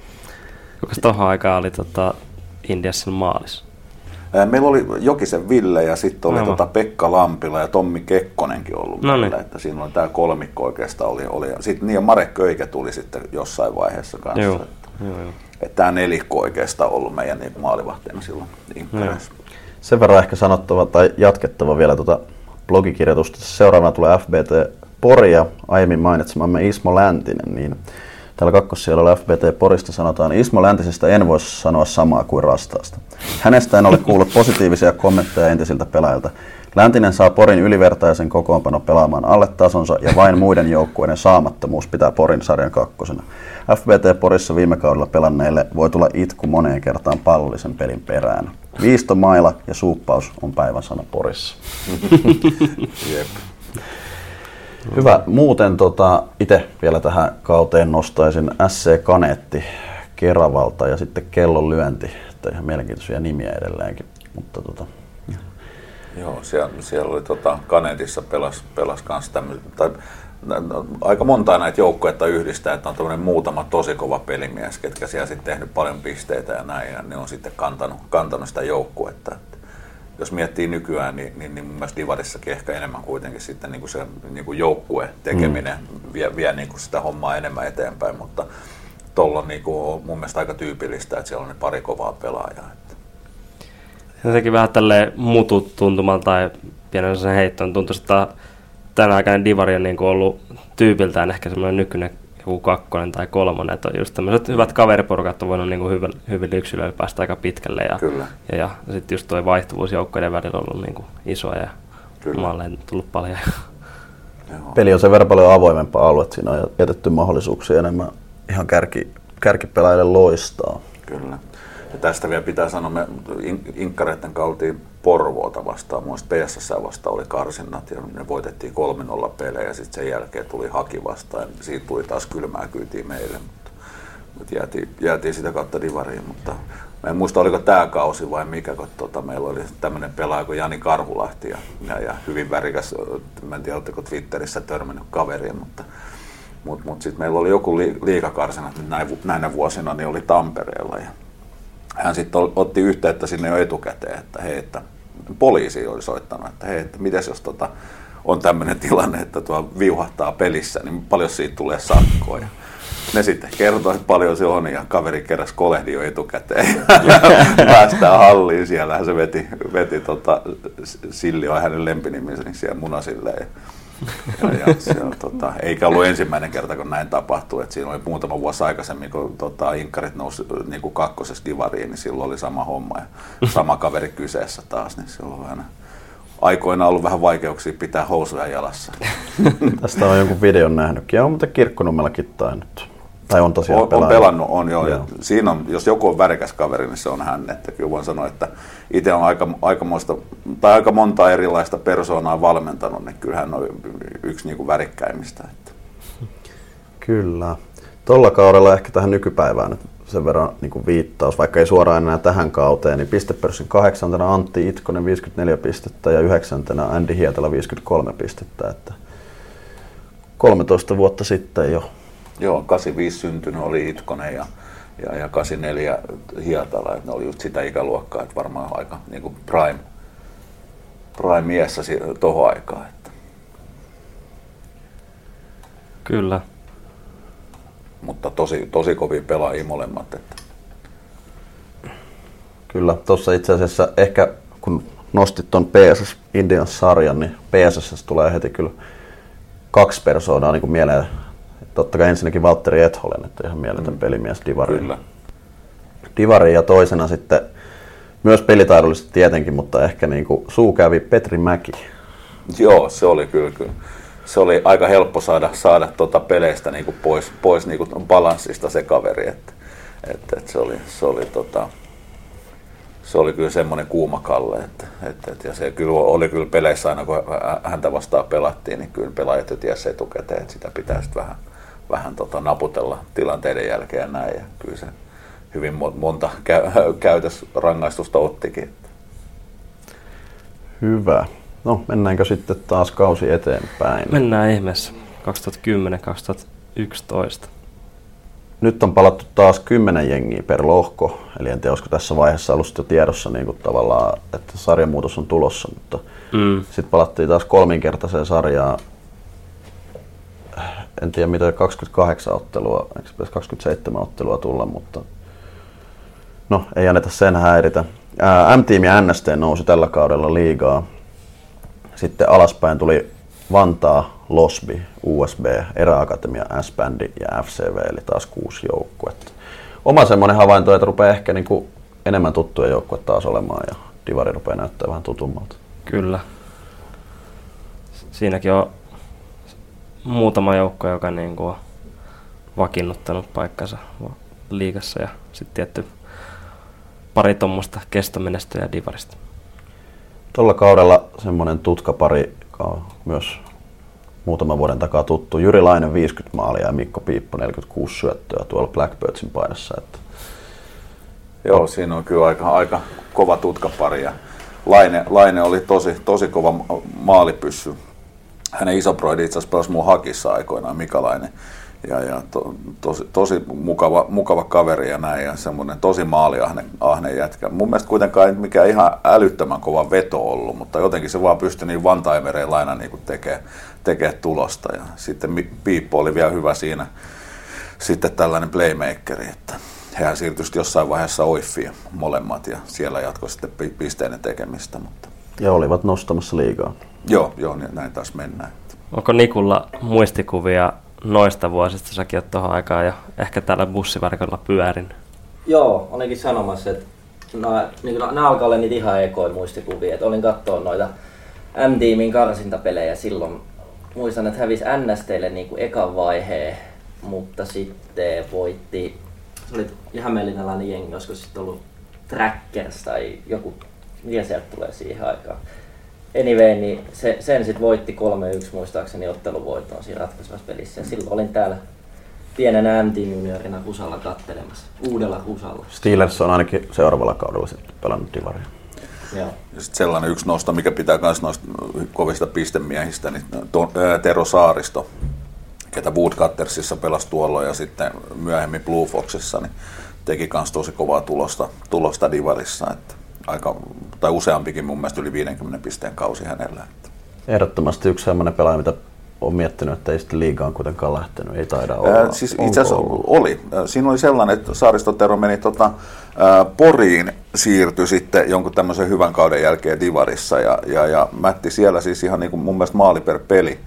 Kuka tohon aikaan oli Indiassin maalissa? Meillä oli Jokisen Ville ja sitten oli Pekka Lampila ja Tommi Kekkonenkin ollut meillä, että siinä oli tämä kolmikko oikeastaan oli. Sitten niin ja Marek Köyke tuli sitten jossain vaiheessa kanssa. Joo. Että tämä nelikko oikeastaan ollut meidän niin maalivahteen silloin inkkareissa. Sen verran ehkä sanottava tai jatkettava vielä blogikirjoitusta. Seuraavana tulee FBT Pori ja aiemmin mainitsemamme Ismo Läntinen, niin täällä kakkossielellä FBT Porista sanotaan, Ismo Läntisestä en voi sanoa samaa kuin Rastaasta. Hänestä en ole kuullut positiivisia kommentteja entisiltä pelaajilta. Läntinen saa Porin ylivertaisen kokoonpano pelaamaan alle tasonsa ja vain muiden joukkueiden saamattomuus pitää Porin sarjan kakkosena. FBT Porissa viime kaudella pelanneille voi tulla itku moneen kertaan pallollisen pelin perään. Viisto, maila ja suuppaus on päivän sana Porissa. Jep. Hyvä. Muuten itse vielä tähän kauteen nostaisin SC Kaneetti Keravalta ja sitten Kellon lyönti. Että ihan mielenkiintoisia nimiä edelleenkin. Mutta Joo, siellä oli Kaneetissa pelas kans aika montaa näitä joukkuetta yhdistää, että on tämmöinen muutama tosi kova pelimies, ketkä siellä sitten tehnyt paljon pisteitä ja näin, ja ne on sitten kantanut sitä joukkuetta. Jos miettii nykyään, niin mun mielestä Divarissakin ehkä enemmän kuitenkin sitten niin se niin joukkue tekeminen vie niin sitä hommaa enemmän eteenpäin, mutta tuolla on niin mun mielestä aika tyypillistä, että siellä on ne pari kovaa pelaajaa. Ja sekin vähän tälleen mutut tuntumalta tai pienen sen heittoon tuntuu, että tänä aikana Divari on niin ollut tyypiltään ehkä semmoinen nykyinen joku 2 tai 3, että on just tämmöiset hyvät kaveriporukat on voinut niin hyvin yksilöillä päästä aika pitkälle ja sitten just tuo vaihtuvuus joukkoiden välillä on ollut niin iso ja maalle on tullut paljon. Peli on sen verran paljon avoimempaa ollut, että siinä on jätetty mahdollisuuksia enemmän ihan kärkipelaajille loistaa. Kyllä. Ja tästä vielä pitää sanoa, me inkkareiden kautta Porvoota vastaan, muista PSS vastaan oli karsinnat ja ne voitettiin 3-0 pelejä ja sitten sen jälkeen tuli Haki vastaan. Siitä tuli taas kylmää kyytiä meille, mutta jäätiin sitä kautta Divariin. Mutta mä en muista, oliko tämä kausi vai mikä, kun meillä oli tämmöinen pelaaja kuin Jani Karhulahti ja hyvin värikäs, mä en tiedä, oletteko Twitterissä törmännyt kaveriin, mutta sitten meillä oli joku liigakarsina näinä vuosina, niin oli Tampereella ja hän sitten otti yhteyttä sinne jo etukäteen, että hei, että poliisi oli soittanut, että hei, että mites jos on tämmöinen tilanne, että tuo viuhahtaa pelissä, niin paljon siitä tulee sakkoa. Ja ne sitten kertoi, että paljon se on ja kaveri keräsi kolehdi jo etukäteen. Päästään halliin, siellähän se veti Silli on hänen lempinimensä, niin siellä Munasilleen. Ja eikä ollut ensimmäinen kerta, kun näin tapahtui. Että siinä oli muutama vuosi aikaisemmin, kun inkkarit nousi niin kuin 2. divariin, niin silloin oli sama homma ja sama kaveri kyseessä taas. Niin silloin vähän aikoinaan ollut vähän vaikeuksia pitää housuja jalassa. Tästä on jonkun videon nähnytkin. Ja on muuten Kirkkonummellakin tainnut. Tai on tosiaan pelannut. On joo. Ja siinä on, jos joku on värikäs kaveri, niin se on hän. Että kyllä voin sanoa, että itse on aika monta erilaista persoonaa valmentanut, niin kyllä hän on yksi niin kuin värikkäimmistä. Että. Kyllä. Tuolla kaudella ehkä tähän nykypäivään nyt sen verran niin kuin viittaus, vaikka ei suoraan enää tähän kauteen, niin pistepörssin 8. Antti Itkonen 54 pistettä ja 9. Andy Hietala 53 pistettä. Että 13 vuotta sitten jo. Joo, 85 syntynyt oli Itkonen ja 84 Hietala, että ne oli just sitä ikäluokkaa, että varmaan aika niin kuin prime miessä tohon aikaan. Että. Kyllä. Mutta tosi kovia pelaajia molemmat. Että. Kyllä, tuossa itse asiassa ehkä kun nostit tuon PSS Indians-sarjan, niin PSS tulee heti kyllä 2 persoonaa niin kuin mieleen. Totta kai ensinnäkin Valtteri Etholen, että ihan mieletön pelimies Divari. Kyllä. Divari ja toisena sitten myös pelitaidollisesti tietenkin, mutta ehkä niin kuin suukävi Petri Mäki. Joo, se oli kyllä. Se oli aika helppo saada peleistä niin kuin pois niin kuin balanssista se kaveri, että se oli kyllä semmoinen kuuma kalle, ja se kyllä oli kyllä peleissä aina kun häntä vastaan pelattiin, niin kyllä pelaajat jo tiesi etukäteen, että sitä pitää sitten vähän naputella tilanteiden jälkeen ja näin, ja kyllä se hyvin monta käytösrangaistusta ottikin. Hyvä. No, mennäänkö sitten taas kausi eteenpäin? Mennään ihmeessä. 2010-2011. Nyt on palattu taas 10 jengiä per lohko, eli en tiedä, olisiko tässä vaiheessa ollut jo tiedossa niin kuin tavallaan, että sarjamuutos on tulossa, mutta sitten palattiin taas 3-kertaiseen sarjaan. En tiedä mitä 28 ottelua, eikö pitäisi 27 ottelua tulla, mutta no ei anneta sen häiritä. M-tiimi ja NST nousi tällä kaudella liigaa. Sitten alaspäin tuli Vantaa, Losby, USB, Eräakatemia, S-bändi ja FCV, eli taas 6 joukkuetta. Oma semmoinen havainto, että rupeaa ehkä niin kuin enemmän tuttuja joukkuetta taas olemaan ja Divari rupeaa näyttää vähän tutummalta. Kyllä. Siinäkin on muutama joukko, joka niin kuin on vakiinnuttanut paikkansa liigassa ja sitten tietty pari tuommoista kestomenestyjää Divarista. Tuolla kaudella semmoinen tutkapari, joka on myös muutaman vuoden takaa tuttu. Jyri Laine 50 maalia ja Mikko Piippo 46 syöttöä tuolla Blackbirdsin paidassa. Että. Joo, siinä on kyllä aika kova tutkapari. Ja Laine oli tosi kova maalipyssy. Hänen isobroidi itse asiassa pelasi mun Hakissa aikoinaan, Mika Laine. Ja tosi mukava kaveri ja näin, ja semmoinen tosi maaliahne jätkä. Mun mielestä kuitenkaan ei mikään ihan älyttömän kova veto ollut, mutta jotenkin se vaan pystyi niin vantaimereillä aina niin tekee tulosta. Ja sitten Piippo oli vielä hyvä siinä, sitten tällainen playmakeri, että hehän siirtyi jossain vaiheessa Oiffiin molemmat, ja siellä jatkoi sitten pisteiden tekemistä. Mutta. Ja olivat nostamassa liigaa. Joo, näin taas mennään. Onko Nikulla muistikuvia noista vuosista? Säkin oot tuohon aikaan jo ehkä täällä bussivarkolla pyörin. Joo, olinkin sanomassa, että nämä alkaa olla niitä ihan ekoja muistikuvia. Että olin katsoa noita M-tiimin karsintapelejä silloin. Muistan, että hävisi NSTlle niin kuin ekan vaiheen, mutta sitten voitti, se oli hämeenlinnalainen jengi, olisiko sitten ollut Trackers tai joku, mikä sieltä tulee siihen aikaan. Anyway, niin sen sitten voitti 3-1 muistaakseni otteluvoiton siinä ratkaisevassa pelissä. Ja silloin olin täällä pienenä M-tiimiyriörina Kusalla kattelemassa, uudella Kusalla. Steelers on ainakin seuraavalla kaudella sitten pelannut Divaria. Joo. Ja sitten sellainen yksi nosto, mikä pitää myös noista kovista pistemiehistä, niin Tero Saaristo, ketä Woodcuttersissa pelasi tuolla ja sitten myöhemmin Blue Foxissa, niin teki myös tosi kovaa tulosta Divarissa. Että tai useampikin mun mielestä yli 50 pisteen kausi hänellä. Ehdottomasti yksi sellainen pelaaja, mitä olen miettinyt, että ei sitten liigaan kuitenkaan lähtenyt, ei taida olla. Siis itse asiassa oli. Siinä oli sellainen, että Saaristo Tero meni Poriin, siirtyi sitten jonkun tämmöisen hyvän kauden jälkeen Divarissa ja mätti siellä siis ihan niin kuin mun mielestä maali per peli.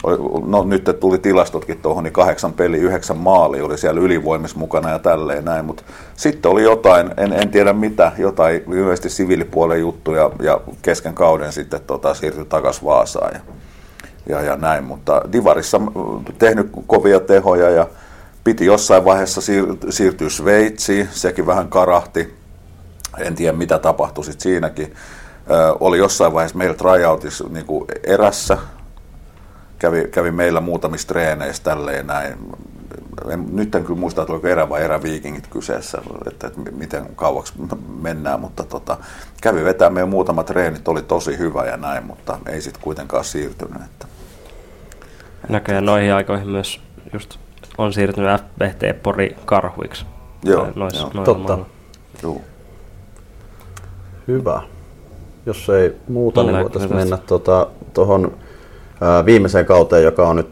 no nyt tuli tilastotkin tuohon, niin 8 peliä, 9 maalia oli siellä ylivoimissa mukana ja tälleen näin, mutta sitten oli jotain, en tiedä mitä, jotain lyhyesti siviilipuolen juttuja ja kesken kauden sitten siirtyi takaisin Vaasaan ja näin, mutta Divarissa tehnyt kovia tehoja ja piti jossain vaiheessa siirtyä Sveitsiin, sekin vähän karahti, en tiedä mitä tapahtui sitten siinäkin. Oli jossain vaiheessa meillä tryoutissa niin kuin erässä, kävi meillä muutamissa treeneissä tälleen näin. Nyt en kyllä muista, että oliko erä vai eräviikingit kyseessä, että miten kauaksi mennään, mutta kävi vetää meidän muutamat treenit, oli tosi hyvä ja näin, mutta ei sitten kuitenkaan siirtynyt. Että. Näköjään noihin aikoihin myös just on siirtynyt FBT Pori Karhuiksi. Joo, totta. Joo. Hyvä. Jos ei muuta, niin voitaisiin mennä tuohon viimeiseen kauteen, joka on nyt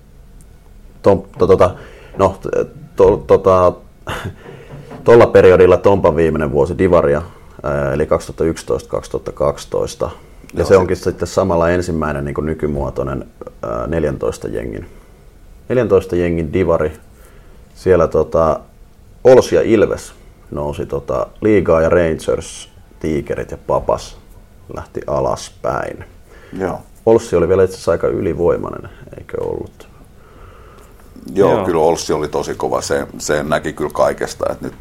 tuolla periodilla Tompan viimeinen vuosi Divaria, eli 2011-2012. Ja se onkin sitten samalla ensimmäinen niin kuin nykymuotoinen 14 jengin Divari. Siellä Ols ja Ilves nousi liigaa ja Rangers, Tigerit ja Papas lähti alaspäin. Joo. Olssi oli vielä itse asiassa aika ylivoimainen, eikö ollut? Joo, kyllä Olssi oli tosi kova. Se näki kyllä kaikesta, että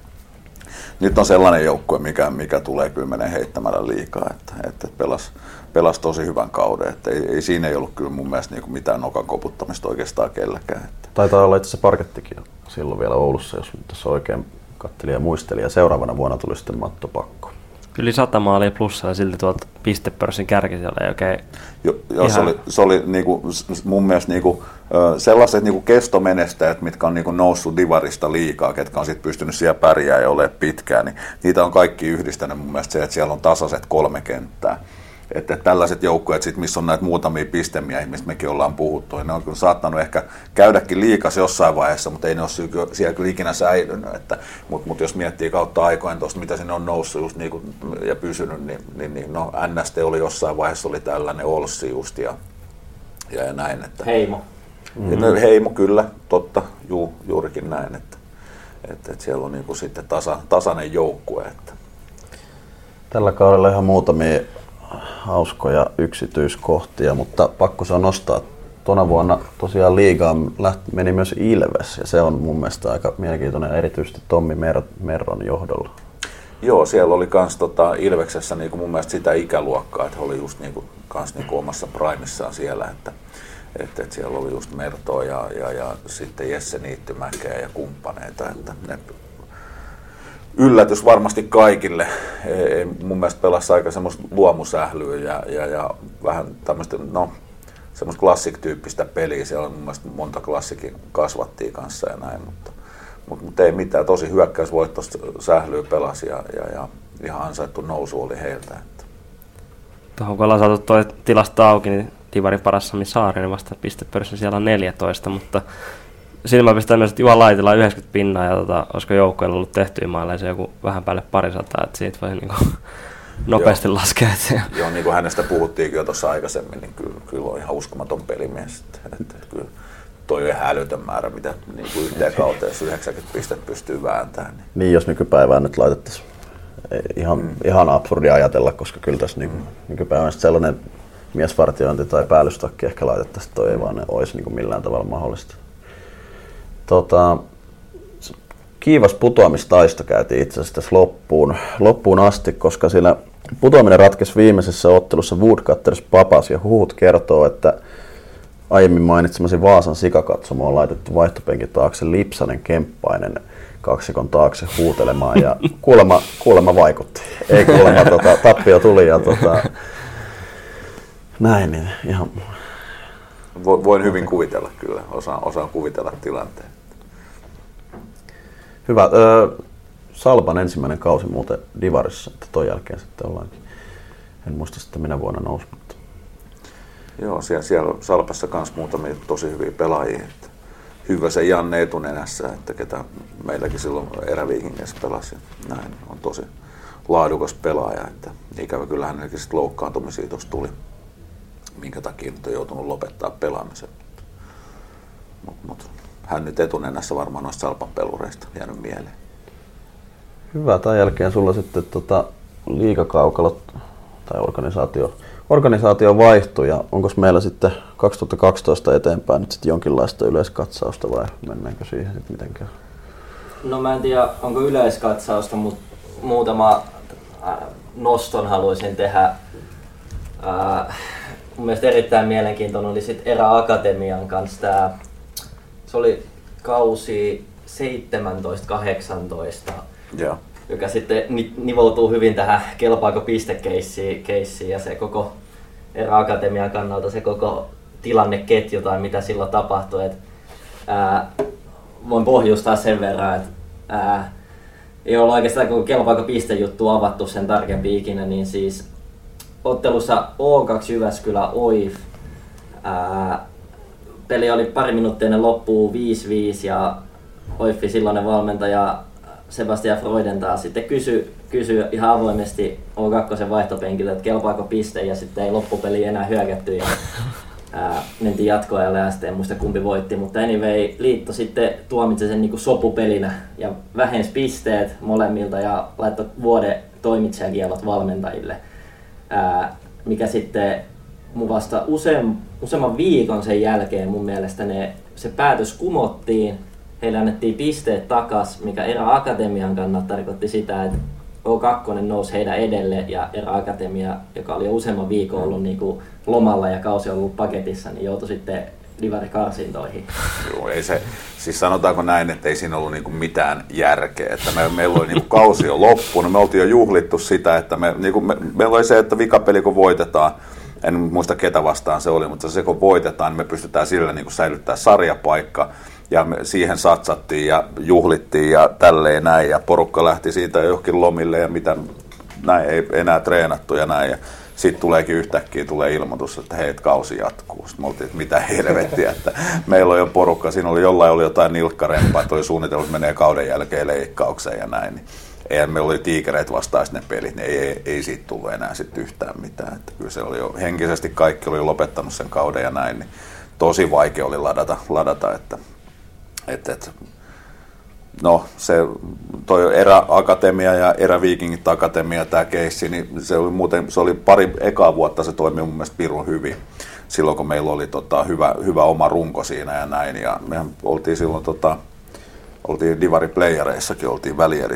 nyt on sellainen joukkue, mikä tulee kyllä menee heittämällä liikaa, että pelasi tosi hyvän kauden. Että ei siinä ei ollut kyllä mun mielestä niinku mitään nokan koputtamista oikeastaan kelläkään. Että. Taitaa olla itse asiassa parkettikin silloin vielä Oulussa, jos tässä oikein katselin ja muistelin. Ja seuraavana vuonna tuli sitten Matto Pakko. Yli 100 maalia plussa ja silti tuolta pistepörssin kärki siellä ei oikein. Joo, se oli niinku, mun mielestä niinku, sellaiset niinku kestomenestäjät, mitkä on niinku noussut Divarista liikaa, ketkä on sitten pystynyt siellä pärjää ja olemaan pitkään, niin niitä on kaikki yhdistänyt mun mielestä se, että siellä on tasaiset 3 kenttää. Että tällaiset joukkueet, missä on näitä muutamia pistemiehiä, mistä mekin ollaan puhuttu, niin ne on kyllä saattanut ehkä käydäkin liikas jossain vaiheessa, mutta ei ne ole siellä kyllä ikinä säilynyt. Mutta jos miettii kautta aikojen tuosta, mitä sinne on noussut just niinku, ja pysynyt, niin no, NST oli jossain vaiheessa oli tällainen Olssi just ja näin. Että, Heimo. Heimo kyllä, totta, juurikin näin, että siellä on niinku sitten tasainen joukkue. Että. Tällä kaudella ihan muutamia hauskoja yksityiskohtia, mutta pakko se on nostaa. Tuona vuonna tosiaan liigaan meni myös Ilves ja se on mun mielestä aika mielenkiintoinen erityisesti Tommi Merron johdolla. Joo, siellä oli kans Ilveksessä niinku mun mielestä sitä ikäluokkaa, että he oli just kans omassa primissaan siellä, että siellä oli just Mertoa ja sitten Jesse Niittymäkeä ja kumppaneita, että ne yllätys varmasti kaikille. Mun mielestä pelasi aika semmoista luomusählyä ja vähän tämmöistä, semmoista klassik-tyyppistä peliä. Siellä on mun mielestä monta klassikin kasvattiin kanssa ja näin, mutta ei mitään. Tosi hyökkäysvoittoista sählyä pelasi ja ihan ansaittu nousu oli heiltä. Tuohon kun ollaan saatu tuo tilasta auki, niin Divarin paras Sami Saarinen vasta pistepörssin siellä on 14, mutta silmä pistää myös, että Juha Laitila 90 pinnaa ja olisiko joukkueella ollut tehtyä mailla se joku vähän päälle 200, että siitä voi niinku nopeasti laskea. Joo, niin kuin hänestä puhuttiinkin jo tuossa aikaisemmin, niin kyllä on ihan uskomaton pelimies. Että kyllä toi on ihan älytön määrä, mitä niin kuin yhteen kauteen 90 pistettä pystyy vääntämään. Niin, jos nykypäivään nyt laitettaisiin ihan absurdia ajatella, koska kyllä tässä nykypäivänä sellainen miesvartiointi tai päällystakki ehkä laitettaisiin, toi ei vaan olisi niin kuin millään tavalla mahdollista. Kiivas putoamistaisto käytiin itse asiassa tässä loppuun asti, koska siinä putoaminen ratkesi viimeisessä ottelussa Woodcutters Papas ja huhut kertoo, että aiemmin mainitsemasi Vaasan sikakatsomo on laitettu vaihtopenkin taakse Lipsanen Kemppainen kaksikon taakse huutelemaan ja kuulemma vaikutti. Ei kuulemma, tappio tuli ja näin, niin ihan. Voin hyvin kuvitella kyllä, osaan kuvitella tilanteen. Hyvä. Salpan ensimmäinen kausi muuten Divarissa, että ton jälkeen sitten ollaankin. En muista sitten minä vuonna nousi. Mutta. Joo, siellä Salpassa kanssa muutamia tosi hyviä pelaajia. Että hyvä se Janne etunenässä, että ketä meilläkin silloin eräviikingeissä pelasi. Näin on tosi laadukas pelaaja, että ikävä kyllä hänelläkin sitten loukkaantumisia tuossa tuli minkä takia nyt on joutunut lopettaa pelaamisen. Mut hän nyt etunenässä varmaan noista Salpan pelureista jäänyt mieleen. Hyvä, tämän jälkeen sulla sitten liigakaukalot tai organisaatio vaihtui ja onko meillä sitten 2012 eteenpäin nyt sitten jonkinlaista yleiskatsausta vai mennäänkö siihen sitten mitenkään? No mä en tiedä onko yleiskatsausta, mutta muutama noston haluaisin tehdä. Mun mielestä erittäin mielenkiintoinen oli sitten Era Akatemian kanssa se oli kausi 17-18. Joo. Joka sitten nivoutuu hyvin tähän kelpaako pistekeissiin ja se koko Era Akatemian kannalta se koko tilanneketju tai mitä silloin tapahtui. Voin pohjustaa sen verran, että ei ollut oikeastaan koko kelpaako pistejuttu avattu sen tarkempi ikinä, niin siis ottelussa O2 Jyväskylä OIF. Peli oli pari minuuttia ennen loppuun 5-5 ja OIFin silloinen valmentaja Sebastian Freudenthal sitten kysyi ihan avoimesti O2 vaihtopenkiltä, että kelpaako piste ja sitten ei loppupeli enää hyökätty ja mentiin jatkoajalle ja sitten en muista kumpi voitti, mutta anyway liitto sitten tuomitsi sen niin kuin sopupelinä ja vähensi pisteet molemmilta ja laittoi vuoden toimitsijakielot valmentajille, mikä sitten mun vasta useamman viikon sen jälkeen mun mielestä se päätös kumottiin. Heille annettiin pisteet takas, mikä Era Akatemian kannalta tarkoitti sitä, että O2 nousi heidän edelle ja Era Akatemia, joka oli jo useamman viikon ollut niin kuin lomalla ja kausi ollut paketissa, niin joutui sitten divarikarsintoihin. Joo, ei se, siis sanotaanko näin, että ei siinä ollut niinku mitään järkeä. Että meillä oli niinku kausi jo loppunut, me oltiin jo juhlittu sitä, että meillä oli se, että vikapeli kun voitetaan, en muista ketä vastaan se oli, mutta se kun voitetaan, niin me pystytään sillä niinku säilyttämään sarjapaikka. Ja me siihen satsattiin ja juhlittiin ja tälleen näin ja porukka lähti siitä johonkin lomille ja mitä näin ei enää treenattu ja näin. Ja sitten tuleekin yhtäkkiä ilmoitus, että hei, kausi jatkuu. Sitten me oltiin, että mitä helvettiä, että meillä on jo porukka, siinä oli jollain oli jotain nilkkarempaa, että oli suunnitellut, että menee kauden jälkeen leikkaukseen ja näin. Niin eihän meillä oli Tiikereitä vastaan ne pelit, niin ei siitä tullut enää sitten yhtään mitään. Että kyllä se oli jo henkisesti kaikki oli jo lopettanut sen kauden ja näin, niin tosi vaikea oli ladata että no se toi Era Akatemia ja Era Vikingit Akatemia tämä keissi, niin se oli pari ekaa vuotta, se toimi mun mielestä pirun hyvin. Silloin kun meillä oli hyvä oma runko siinä ja näin ja mehän oltiin silloin oltiin Divari-playereissakin, oltiin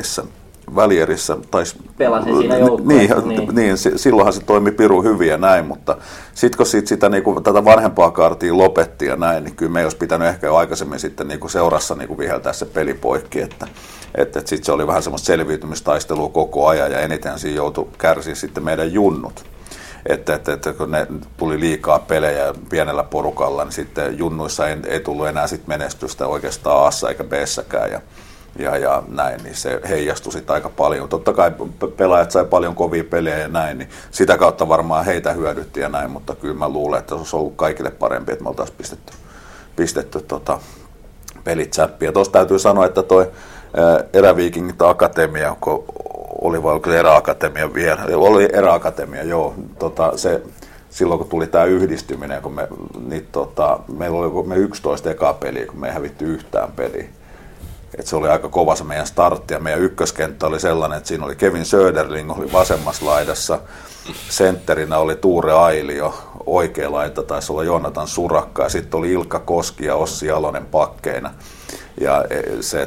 välierissä pelasin siinä joukkueessa. Niin, silloinhan se toimi pirun hyvin ja näin, mutta sitten kun sitä niinku, tätä vanhempaa kaartia lopettiin ja näin, niin kyllä me ei olisi pitänyt ehkä jo aikaisemmin sitten niinku seurassa niinku viheltää se peli poikki, että sitten se oli vähän semmoista selviytymistaistelua koko ajan ja eniten siinä joutui kärsiä sitten meidän junnut. Että kun ne tuli liikaa pelejä pienellä porukalla, niin sitten junnuissa ei tullut enää sit menestystä oikeastaan A:ssa eikä B:ssäkään ja näin, niin se heijastui sitten aika paljon. Totta kai pelaajat sai paljon kovia pelejä ja näin, niin sitä kautta varmaan heitä hyödytti ja näin, mutta kyllä mä luulen, että se olisi ollut kaikille parempi, että me oltaisiin pistetty pelit säppiä. Tuossa täytyy sanoa, että toi Era Vikingit Akatemia, kun oli vai Era Akatemia vielä, oli Era Akatemia, joo, silloin kun tuli tämä yhdistyminen, kun meillä oli 11 ekaa peliä, kun me ei hävitty yhtään peliä. Et se oli aika kova se meidän startti ja meidän ykköskenttä oli sellainen, että siinä oli Kevin Söderling oli vasemmassa laidassa, sentterinä oli Tuure Ailio, oikea laita taisi olla Joonatan Surakka ja sitten oli Ilkka Koski ja Ossi Jalonen pakkeina. Ja se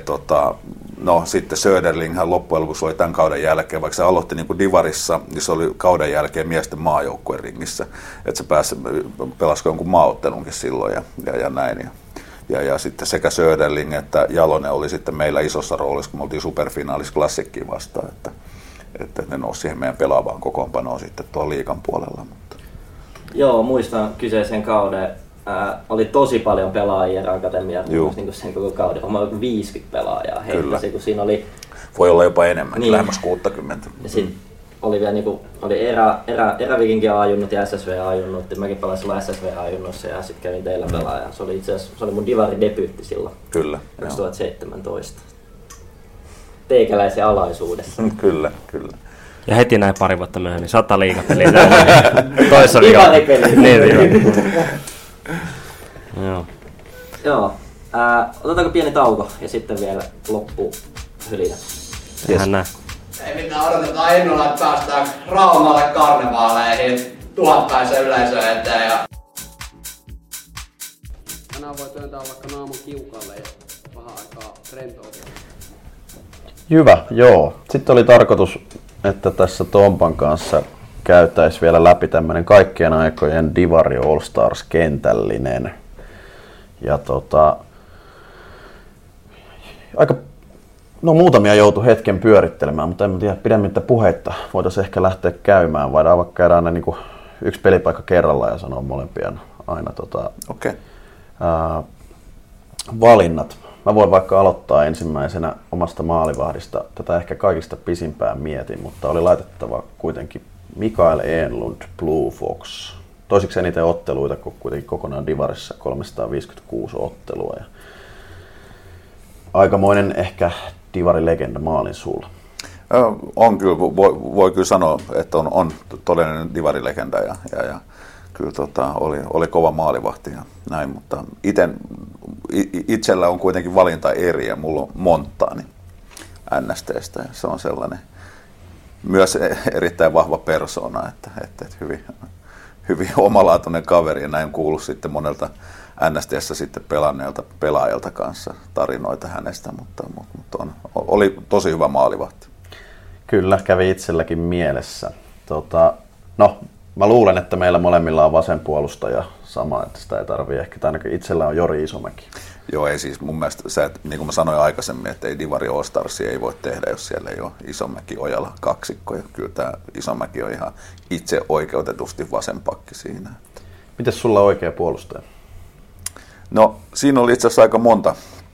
sitten Söderlinghän loppujen lopuksi oli tämän kauden jälkeen, vaikka se aloitti niin kuin Divarissa, niin se oli kauden jälkeen miesten maajoukkueen ringissä, että se pelasiko jonkun maaottelunkin silloin ja näin. Ja sitten sekä Söderling että Jalonen oli sitten meillä isossa roolissa, kun me oltiin superfinaalissa Klassikkiin vastaan, että ne nousi siihen meidän pelaavaan kokoonpanoon sitten tuolla liigan puolella. Mutta. Joo, muistan kyseisen kauden. Oli tosi paljon pelaajia Era Akatemiaa, niin sen koko kauden. Oli 50 pelaajaa heittäisi, kun siinä oli... Voi olla jopa enemmän, niin. Lähemmäs 60. Ja sitten oli vielä oli Era Vikinkin ajunnut ja SSV ajunnut. Mäkin pelasin silloin SSV ajunnossa ja sitten kävin teillä pelaaja. Se oli itse asiassa mun Divari-debyytti silloin. Kyllä. 2017. Teikäläisen alaisuudessa. Kyllä. Ja heti näin pari vuotta myöhemmin 100 liigapeliä toissa Divaripeli. Niin. Joo. Joo. Otetaanko pieni tauko ja sitten vielä loppu hylinä? Tehdään näin. Ei mitään, odotetaan innolla, että päästään Raumalle karnevaaleihin tuhattaisen yleisöön eteen. Tänään voi työntää vaikka naamun kiukalle ja vähän aikaa rentoutua. Hyvä, joo. Sitten oli tarkoitus, että tässä Tompan kanssa käytäisiin vielä läpi tämmöinen kaikkien aikojen Divari All Stars -kentällinen. Ja muutamia joutui hetken pyörittelemään, mutta en tiedä, pidemmittä puheitta voitaisiin ehkä lähteä käymään. Voidaan vaikka käydä aina niin yksi pelipaikka kerrallaan ja sanoa molempien aina valinnat. Mä voin vaikka aloittaa ensimmäisenä omasta maalivahdista. Tätä ehkä kaikista pisimpään mietin, mutta oli laitettava kuitenkin Mikael Enlund, Blue Fox. Toisiksi eniten otteluita, kun kuitenkin kokonaan Divarissa 356 ottelua. Ja aikamoinen ehkä Divari-legenda maalin suulla. On kyllä, voi kyllä sanoa, että on todellinen Divari-legenda ja kyllä oli kova maalivahti ja näin, mutta itsellä on kuitenkin valinta eri ja mulla on Montani NST:stä ja se on sellainen myös erittäin vahva persoona, että hyvin omalaatuinen kaveri ja näin kuullut sitten monelta NST:ssä sitten pelanneelta pelaajalta kanssa tarinoita hänestä, mutta oli tosi hyvä maalivahti. Kyllä, kävi itselläkin mielessä. Mä luulen, että meillä molemmilla on vasenpuolustaja sama, että sitä ei tarvitse ehkä, tai ainakin itsellä on Jori Isomäki. Joo, ei siis mun mielestä, niin kuin mä sanoin aikaisemmin, että ei Divari All Starsia ei voi tehdä, jos siellä ei ole Isomäki Ojala kaksikko. Ja kyllä tämä Isomäki on ihan itse oikeutetusti vasen pakki siinä. Mites sulla on oikea puolustaja? No siinä oli itse asiassa aika monta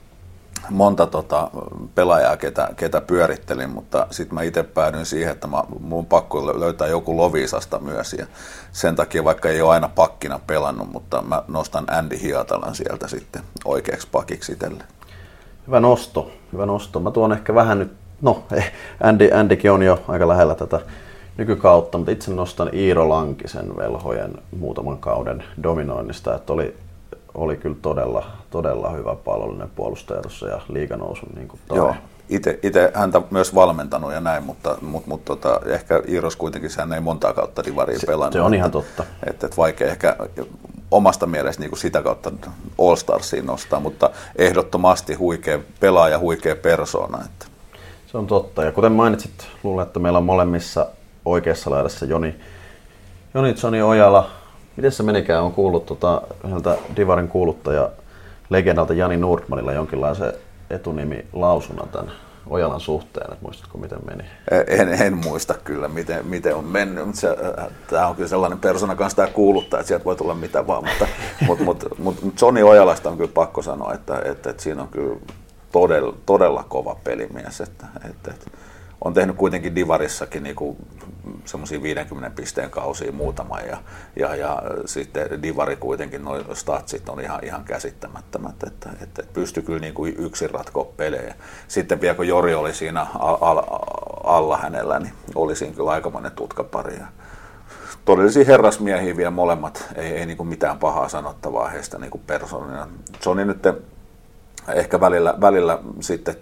pelaajaa, ketä pyörittelin, mutta sitten mä itse päädyin siihen, että mun on pakko löytää joku Loviisasta myös. Ja sen takia, vaikka ei ole aina pakkina pelannut, mutta mä nostan Andy Hiatalan sieltä sitten oikeaksi pakiksi itselle. Hyvä nosto. Mä tuon ehkä vähän nyt, Andykin on jo aika lähellä tätä nykykautta, mutta itse nostan Iiro Lankisen Velhojen muutaman kauden dominoinnista, että oli kyllä todella hyvä pallollinen puolustaja tuossa ja liiganousun niin kuin toi. Joo, itse häntä myös valmentanut ja näin, mutta ehkä Iiros kuitenkin hän ei montaa kautta Divaria pelannut. Se on ihan totta. Että vaikea ehkä omasta mielestä niin kuin sitä kautta All Starsiin nostaa, mutta ehdottomasti huikea pelaaja, huikea persoona. Että. Se on totta ja kuten mainitsit, luulen, että meillä on molemmissa oikeassa laidassa Johnny Ojala. Miten se menikään? On kuullut yhdeltä Divarin kuuluttaja legendalta Jani Nordmanilla jonkinlaisen etunimi lausunnan tämän Ojalan suhteen, että muistatko miten meni? En muista kyllä miten on mennyt, mutta tämä on kyllä sellainen persona kanssa tämä kuuluttaa, että sieltä voi tulla mitä vaan, mutta Johnny Ojalasta on kyllä pakko sanoa, että siinä on kyllä todella kova pelimies, että on tehnyt kuitenkin Divarissakin niinku semmoisia 50 pisteen kausia muutama ja sitten Divari kuitenkin nuo statsit on ihan käsittämättömät, että pystyy kyllä niinku yksin ratkoa pelejä. Sitten vielä kun Jori oli siinä alla hänellä, niin oli siinä kyllä aikamoinen tutkapari. Todellisia herrasmiehiä vielä molemmat, ei niinku mitään pahaa sanottavaa heistä niinku persoonina. Johnny nyt ehkä välillä sitten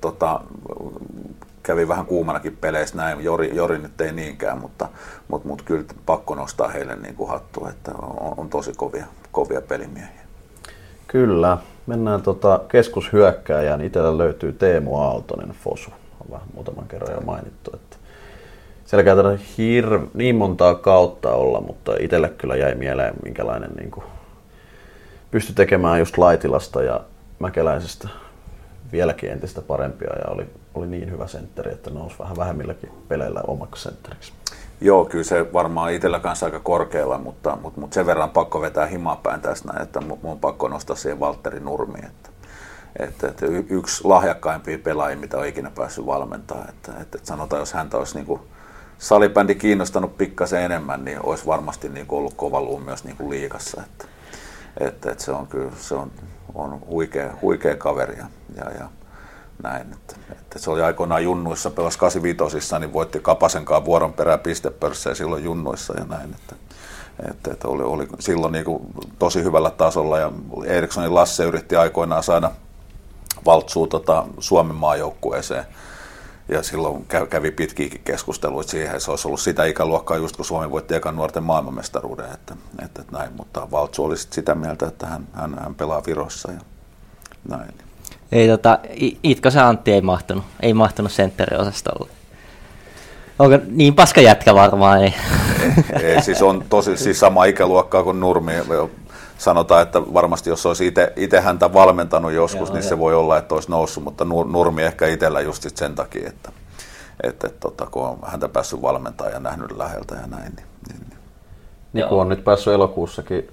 kävi vähän kuumanakin peleissä näin, Jori nyt ei niinkään, mutta kyllä pakko nostaa heille niin kuin hattua, että on tosi kovia pelimiehiä. Kyllä, mennään keskushyökkääjään. Itsellä löytyy Teemu Aaltonen, Fosu, on vähän muutaman kerran jo mainittu. Että siellä käytetään niin montaa kautta olla, mutta itselle kyllä jäi mieleen minkälainen niin kuin pystyi tekemään just Laitilasta ja Mäkeläisestä vieläkin entistä parempia ja oli niin hyvä sentteri, että nousi vähän vähemmilläkin peleillä omaksi sentteriksi. Joo, kyllä se varmaan itsellä kanssa aika korkealla, mutta sen verran pakko vetää himaa päin tässä näin, että mun on pakko nostaa siihen Valtteri Nurmiin. Että yksi lahjakkaimpia pelaajia, mitä on ikinä päässyt valmentamaan. Että sanotaan, jos häntä olisi niin kuin salibändi kiinnostanut pikkasen enemmän, niin olisi varmasti niin kuin ollut kova luu myös niin kuin liigassa. Että se on kyllä on huikea kaveri ja näin. Että se oli aikoinaan junnuissa, pelasi 85, niin voitti Kapasenkaan vuoron perään pistepörssejä silloin junnuissa ja näin. Että oli silloin niin kuin tosi hyvällä tasolla ja Erikssonin Lasse yritti aikoinaan saada Valtsua Suomen maajoukkueeseen. Ja silloin kävi pitkiäkin keskusteluita siihen, se olisi ollut sitä ikäluokkaa just kun Suomi voitti ekan nuorten maailmanmestaruuden. Että näin, mutta Valtsu oli sitä mieltä, että hän pelaa Virossa ja näin. Ei Itkosen Antti ei mahtunut sentteriosastolle. Onko niin paska jätkä varmaan? Ei, siis on tosi sama ikäluokkaa kuin Nurmi. Sanotaan, että varmasti jos olisi itse häntä valmentanut joskus, niin se voi olla, että olisi noussut, mutta Nurmi ehkä itsellä just sen takia, että kun on häntä päässyt valmentamaan ja nähnyt läheltä ja näin. Niin kun on nyt päässyt elokuussakin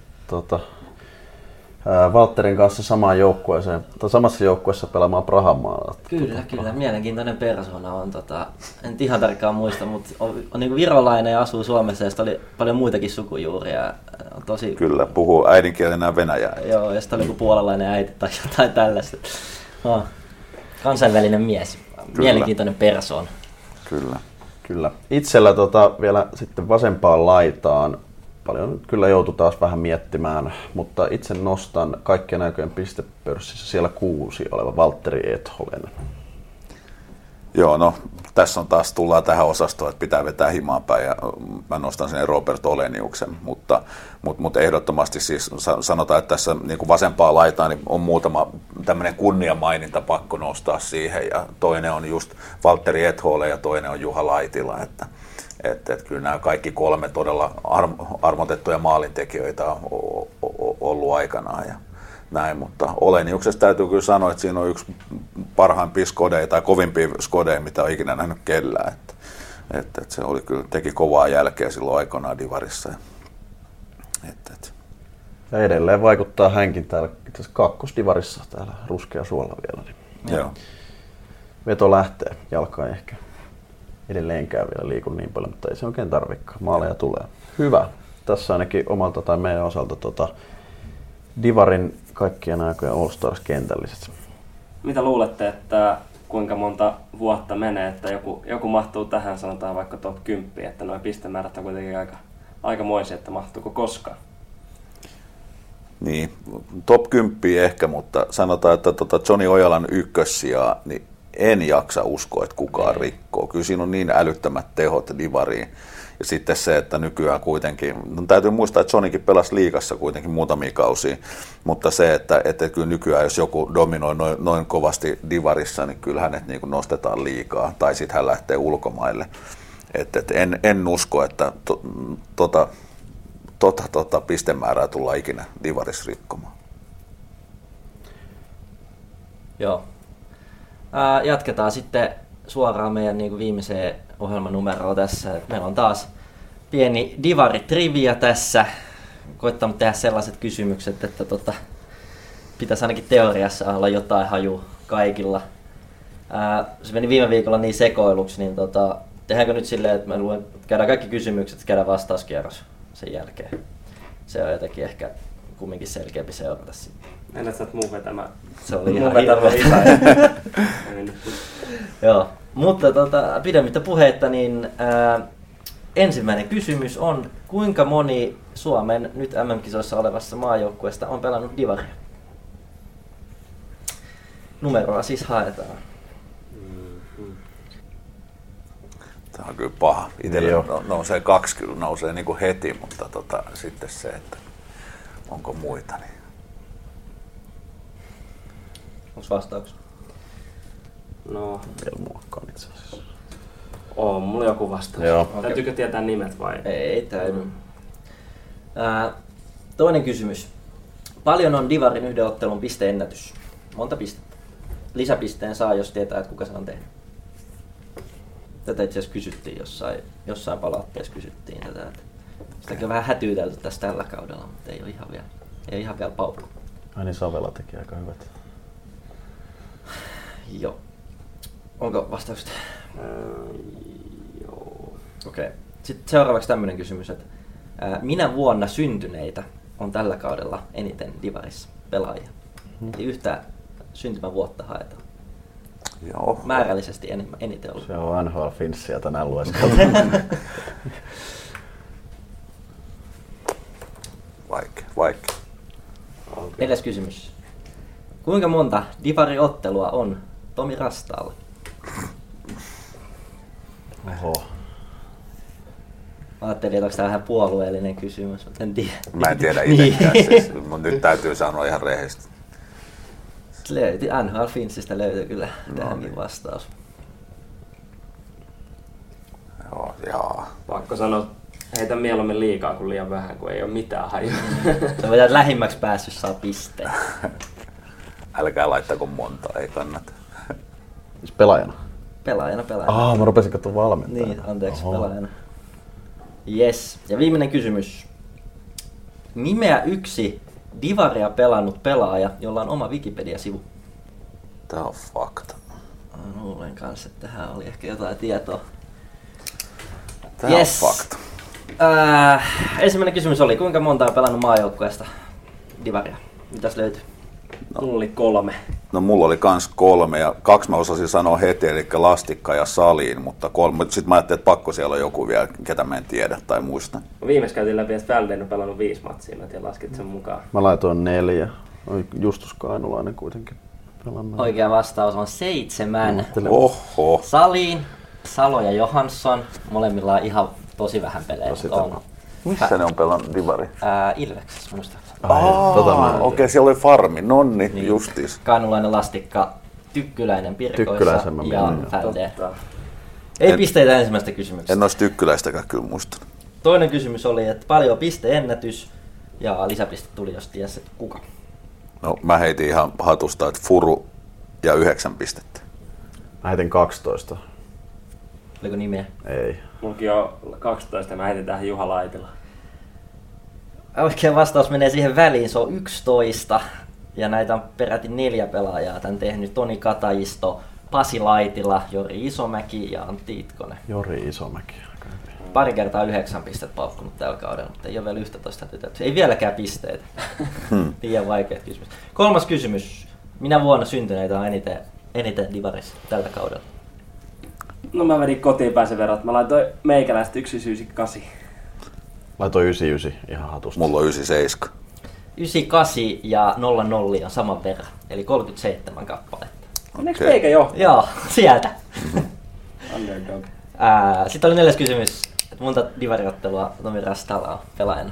Valtterin kanssa samassa joukkueessa pelaamaan Prahanmaalla. Kyllä. Mielenkiintoinen persoona on. En ihan tarkkaan muista, mutta on niin virolainen ja asuu Suomessa ja oli paljon muitakin sukujuuria. Tosi... Kyllä, puhuu äidinkielenä venäjää. Joo, ja sitten oli joku puolalainen äiti tai jotain tällaista. Kansainvälinen mies. Kyllä. Mielenkiintoinen persoona. Kyllä. Itsellä vielä sitten vasempaan laitaan. Paljon nyt kyllä joutui taas vähän miettimään, mutta itse nostan kaikkien aikojen pistepörssissä siellä 6 oleva Valtteri Edholm. Joo, no tässä on taas tullaan tähän osastoon, että pitää vetää himaan päin ja mä nostan sinne Robert Oleniuksen, mutta ehdottomasti siis sanotaan, että tässä niin kuin vasempaa laitaan niin on muutama tämmöinen kunniamaininta pakko nostaa siihen ja toinen on just Valtteri Edholm ja toinen on Juha Laitila, että kyllä nämä kaikki 3 todella armotettuja maalintekijöitä on ollut aikanaan ja näin, mutta Oleniuksesta täytyy kyllä sanoa, että siinä on yksi parhaimpia skodeja tai kovimpia skodeja, mitä on ikinä nähnyt kellään. Että se oli kyllä, teki kovaa jälkeä silloin aikanaan Divarissa. Ja edelleen vaikuttaa hänkin täällä itse asiassa kakkosdivarissa täällä ruskea suolla vielä. Niin joo. Veto lähtee, jalka ei ehkä edelleenkään vielä liiku niin paljon, mutta ei se oikein tarvikaan. Maaleja tulee. Hyvä. Tässä ainakin omalta tai meidän osalta Divarin kaikkien aikojen All-Stars-kentälliset. Mitä luulette, että kuinka monta vuotta menee, että joku mahtuu tähän, sanotaan vaikka top 10, että nuo pistemäärät on kuitenkin aikamoisia, että mahtuuko koskaan? Niin, top 10 ehkä, mutta sanotaan, että Johnny Ojalan ykkössijaa, niin en jaksa uskoa, että kukaan rikkoo. Kyllä siinä on niin älyttömät tehot Divariin. Ja sitten se, että nykyään kuitenkin, no täytyy muistaa, että Johnnykin pelasi liigassa kuitenkin muutamia kausia, mutta se, että kyllä nykyään jos joku dominoi noin kovasti Divarissa, niin kyllä hänet niin kuin nostetaan liigaa, tai sitten hän lähtee ulkomaille. En usko, että pistemäärää tullaan ikinä Divarissa rikkomaan. Joo. Jatketaan sitten suoraan meidän niin kuin viimeiseen ohjelmanumeroon tässä. Meillä on taas pieni Divari-trivia tässä. Koittanut tehdä sellaiset kysymykset, että pitäisi ainakin teoriassa olla jotain haju kaikilla. Se meni viime viikolla niin sekoiluksi, niin tehdäänkö nyt silleen, että me käydään kaikki kysymykset, käydään vastauskierros sen jälkeen. Se on jotenkin ehkä kumminkin selkeämpi seurata sitten. Ennät sä oot mun vetämä. Se oli ihan Joo, mutta pidemmittä puheitta, niin ensimmäinen kysymys on, kuinka moni Suomen nyt MM-kisoissa olevassa maajoukkueesta on pelannut Divaria? Numeroa siis haetaan. Tämä on kyllä paha. Itselle nousee 2 kyllä nousee niin kuin heti, mutta sitten se, että onko muita. Niin. Onko vastauksia? No, ei muakaan itse asiassa. Mulla joku vastaus. Okay. Täytyykö tietää nimet vai? Ei täydy. Toinen kysymys. Paljon on Divarin yhden ottelun pisteennätys? Monta pistettä? Lisäpisteen saa, jos tietää, että kuka se on tehnyt. Tätä itse asiassa kysyttiin jossain palautteessa kysyttiin tätä. Sitäkin on vähän hätyytelty tässä tällä kaudella, mutta ei ole ihan vielä paukku. Ai niin, Savela teki aika hyvät. Joo. Onko vastaukset? Joo. Okei. Sitten seuraavaksi tämmöinen kysymys, että minä vuonna syntyneitä on tällä kaudella eniten Divarissa pelaajia? Eli yhtä syntymävuotta haetaan. Joo. Määrällisesti eniten ollut. Se on NHL Finssiä tänään lueskeltu. Vaikea. 4. kysymys. Kuinka monta divariottelua on Tomi Rastalla? Oho. Mä ajattelin, että onko tämä vähän puolueellinen kysymys, mutta en tiedä. Mä en tiedä itsekään, siis, mutta nyt täytyy sanoa ihan rehellisesti. NHL Finssistä löytyy kyllä tähänkin vastaus. Joo. Pakko sanoa, heitä mieluummin liikaa kuin liian vähän, kun ei ole mitään hajua. Se voi lähimmäksi päässyt saa pisteen. Älkää laittako monta, ei kannata. Siis pelaajana? Pelaajana. Mä rupesin katsomaan valmentajana. Niin, anteeksi, pelaajana. Yes. Ja viimeinen kysymys. Nimeä yksi divaria pelannut pelaaja, jolla on oma Wikipedia-sivu. Tää on fakta. Luulen kanssa, että tähän oli ehkä jotain tietoa. Tää on fakta. Ensimmäinen kysymys oli, kuinka monta on pelannut maajoukkueesta divaria? Mitäs löytyy? Mulla oli 3. No mulla oli kans 3 ja 2 mä osasin sanoa heti, eli Lastikka ja Saliin, mutta 3. Sitten mä ajattelin, että pakko siellä on joku vielä, ketä mä en tiedä tai muista. Viimeis käytiin läpi, että Välden on pelannut 5 matsia, mä en tiedä laskit sen mukaan. Mä laitoin 4. Justus Kainulainen kuitenkin pelannut. Oikea vastaus on 7. Oho. Saliin, Salo ja Johansson, molemmilla on ihan tosi vähän pelejä. Missä ne on pelannut divari? Ilveksessä muistaakseni. Okei, siellä oli Farmi, nonni, justiis. Kainulainen, Lastikka, Tykkyläinen Pirkoissa ja Fälde. Ei pisteitä ensimmäistä kysymyksestä. En olisi Tykkyläistäkään kyllä muistanut. Toinen kysymys oli, että paljon pisteennätys ja lisäpiste tuli, jos tiesi kuka. No mä heitin ihan hatusta, että Furu ja 9 pistettä. Mä heitin 12. Oliko nimeä? Ei. Mullakin on 12 ja mä heitin tähän Juha Laitila. Oikea vastaus menee siihen väliin, se on 11. Ja näitä on peräti 4 pelaajaa. Tän tehnyt Toni Katajisto, Pasi Laitila, Jori Isomäki ja Antti Itkonen. Jori Isomäki. Pari kertaa 9 pistettä paukkunut tällä kaudella, mutta ei ole vielä 11 tytöt. Ei vieläkään pisteitä. Liian vaikea kysymys. 3. kysymys. Minä vuonna syntyneitä on eniten divarissa tällä kaudella? No mä vedin kotiin pääsen verran. Mä laitoin meikäläistä 1998. Laitoin 99 ihan hatusta. Mulla on 97. 98 ja 00 on saman verran, eli 37 kappaletta. Onneksi meikä jo? Joo, sieltä. Underdog. Sitten oli 4. kysymys. Monta divariottelua Tomi Rastala on pelaajana?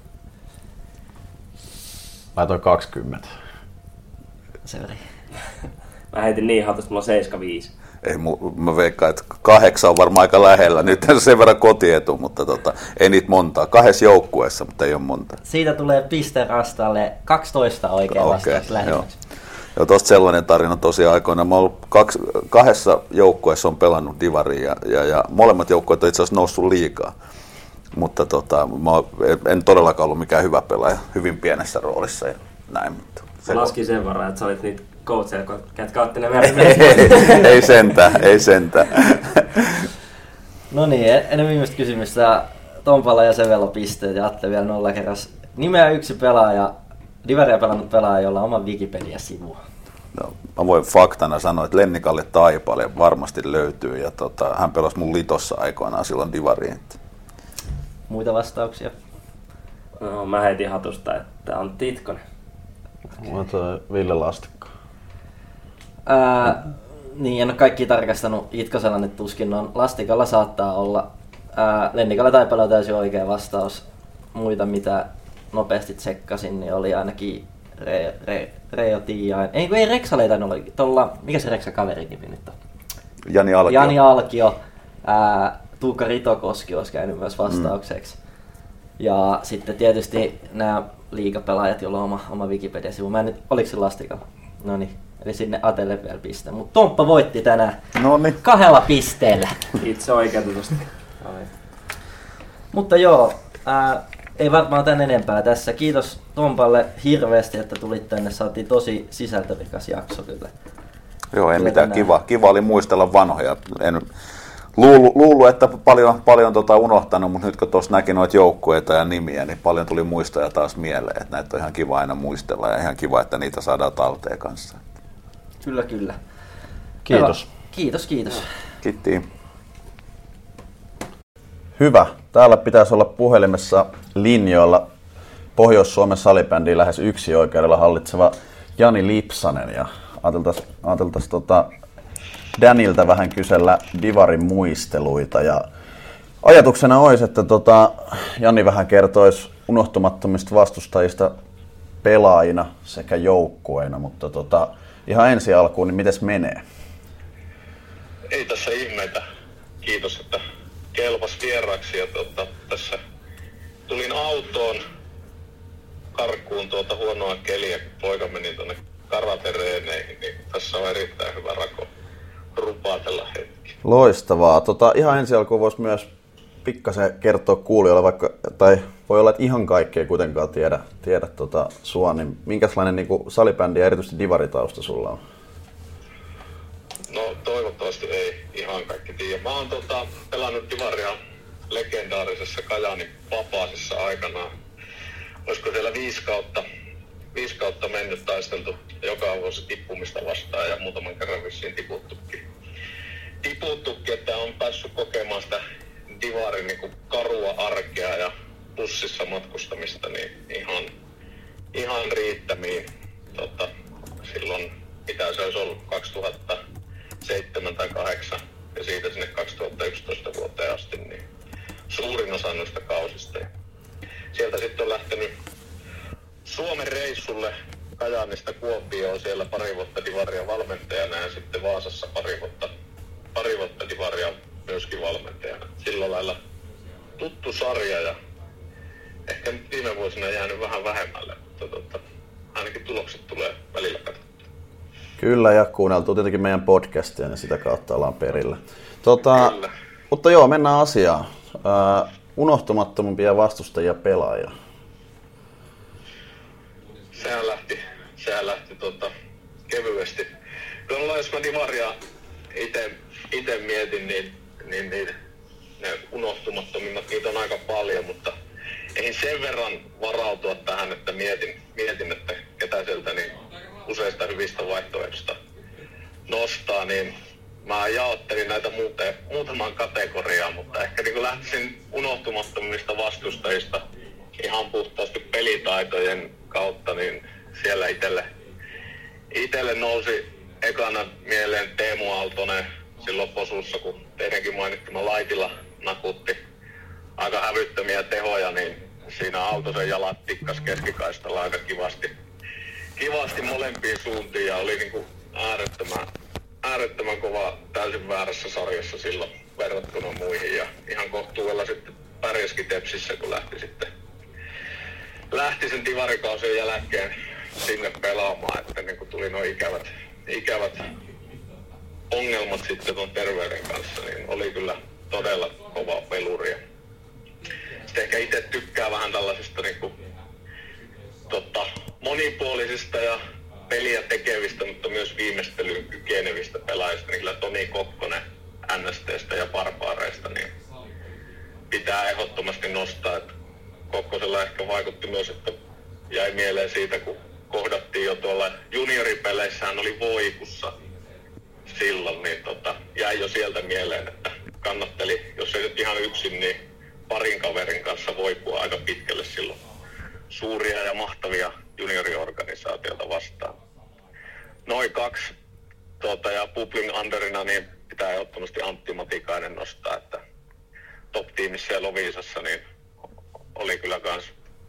Laitoin 20. Severi. Mä heitin niin hatusta, mulla on 75. Ei, mä veikkaan, että 8 on varmaan aika lähellä. Nyt sen verran kotietu, mutta ei niitä montaa. 2 joukkueessa, mutta ei ole monta. Siitä tulee piste Rastalle 12 oikein vastausta lähimmäksi. Joo, tosta sellainen tarina tosiaan aikoina. Mä oon ollut 2 joukkueessa on pelannut divaria ja molemmat joukkueet on itse asiassa noussut liigaa. Mutta mä en todellakaan ollut mikään hyvä pelaaja, hyvin pienessä roolissa ja näin. Mutta laskin sen verran, että sä olit niitä coacheja, ketkä otti ne ei sentään. No niin, ennen viimeistä kysymystä. Tompala ja Sevelo pisteet ja Atte vielä 0 kerras. Nimeä yksi pelaaja, divaria pelannut pelaaja, jolla on oma Wikipedia-sivu. No, mä voin faktana sanoa, että Lennikalle Taipale varmasti löytyy ja hän pelasi mun Litossa aikoinaan silloin divariin. Muita vastauksia? No, mä heitin hatusta, että Antti Itkonen. Mä oon Ville Lastikka. Niin, en ole kaikki tarkastanut. Itkosella nyt tuskin on. Lastikalla saattaa olla. Lennikalla Taipale on täysin oikea vastaus. Muita mitä nopeasti tsekkasin, niin oli ainakin Reijo Tiiainen. Ei Reksalla ei tainnut olla. Mikä se Reksa kaverin nimi nyt on? Jani Alkio. Tuukka Ritokoski olisi käynyt myös vastaukseksi. Ja sitten tietysti nämä liigapelaajat, joilla on oma Wikipedia-sivu. Mä en nyt, oliko se Lastikalla? No niin, eli sinne Atelle vielä piste. Mutta Tomppa voitti tänään 2 pisteellä. Itse oikeutetusti. Mutta joo, ei varmaan tän enempää tässä. Kiitos Tompalle hirveästi, että tulit tänne. Saatiin tosi sisältörikas jakso kyllä. Joo, ei mitään. Kiva oli muistella vanhoja. En luullut, että paljon unohtanut, mutta nyt kun tuossa näki noita joukkueita ja nimiä, niin paljon tuli muistoja taas mieleen. Että näitä on ihan kiva aina muistella ja ihan kiva, että niitä saadaan talteen kanssa. Kyllä. Kiitos. Kiitos. Kiitti. Hyvä. Täällä pitäisi olla puhelimessa linjoilla Pohjois-Suomen salibändiin lähes yksioikeudella hallitseva Jani Lipsanen. Ja ajateltaisiin Danilta vähän kysellä Divarin muisteluita. Ja ajatuksena olisi, että Jani vähän kertoisi unohtumattomista vastustajista pelaajina sekä joukkueina, mutta ihan ensi alkuun, niin mites menee? Ei tässä ihmeitä. Kiitos, että kelpas vieraksi. Ja tässä tulin autoon karkuun huonoa keliä, kun poika meni tuonne karatereeneihin, niin tässä on erittäin hyvä rako rupaatella hetki. Loistavaa. Ihan ensi alkuun voisi myös pikkasen kertoa kuulijoille, tai voi olla, että ihan kaikkea kuitenkaan tiedä sua, niin minkälainen niin salibändi ja erityisesti divaritausta sulla on? No toivottavasti ei ihan kaikki tiedä. Mä oon pelannut divaria legendaarisessa Kajaanin Papaasessa aikanaan. Olisiko siellä 5 kautta mennyt taisteltu joka vuosi tippumista vastaan ja muutaman kerran vissiin tiputtukin, että on päässyt kokemaan sitä divarin niin karua arkea ja bussissa matkustamista niin ihan riittämiin. Silloin mitä se olisi ollut 2007 tai 2008 ja siitä sinne 2011 vuoteen asti, niin suurin osa noista kausista. Sieltä sitten on lähtenyt Suomen reissulle Kajaanista Kuopioon, siellä pari vuotta divaria valmentajana ja sitten Vaasassa pari vuotta divaria myöskin valmentajana. Sillä lailla tuttu sarja ja ehkä nyt viime vuosina jäänyt vähän vähemmälle, mutta ainakin tulokset tulee välillä katsottua. Kyllä, ja kuunneltu tietenkin meidän podcastia, niin sitä kautta ollaan perillä. Kyllä. Mutta joo, mennään asiaan. Unohtumattomampia vastustajia pelaajia. Sehän lähti kevyesti. Kyllä jos mä divaria ite mietin, niin ne unohtumattomimmat, niitä on aika paljon, mutta eihin sen verran varautua tähän, että mietin että ketä sieltä niin useista hyvistä vaihtoehdosta nostaa, niin mä jaottelin näitä muutaman kategoriaa, mutta ehkä niin lähtisin unohtumattomista vastustajista ihan puhtaasti pelitaitojen kautta, niin siellä itelle nousi ekana mieleen Teemu Aaltonen silloin Posussa, kun teidänkin mainittama Laitila nakutti aika hävyttömiä tehoja, niin siinä Aaltosen jalat tikkas keskikaistalla aika kivasti molempiin suuntiin ja oli niin kuin äärettömän kova täysin väärässä sarjassa silloin verrattuna muihin ja ihan kohtuudella sitten pärjäskin Tepsissä, kun lähti sen divarikausien jälkeen sinne pelaamaan, että niin kun tuli nuo ikävät ongelmat sitten tuon terveyden kanssa, niin oli kyllä todella kova peluri. Sitten ehkä itse tykkää vähän tällaisista niin kuin, monipuolisista ja peliä tekevistä, mutta myös viimeistelyyn kykenevistä pelaajista, niin kyllä Toni Kokkonen NST:stä ja Barbaareista niin pitää ehdottomasti nostaa. Että Kokkosella ehkä vaikutti myös, että jäi mieleen siitä, kun kohdattiin jo tuolla junioripeleissä, hän oli Voikussa silloin, niin jäi jo sieltä mieleen, että kannatteli, jos ei nyt ihan yksin, niin parin kaverin kanssa Voikua aika pitkälle silloin suuria ja mahtavia junioriorganisaatioita vastaan. Noin 2 ja Publing Underina niin pitää ehdottomasti Antti Matikainen nostaa, että top-tiimissä ja Loviisassa niin oli kyllä kans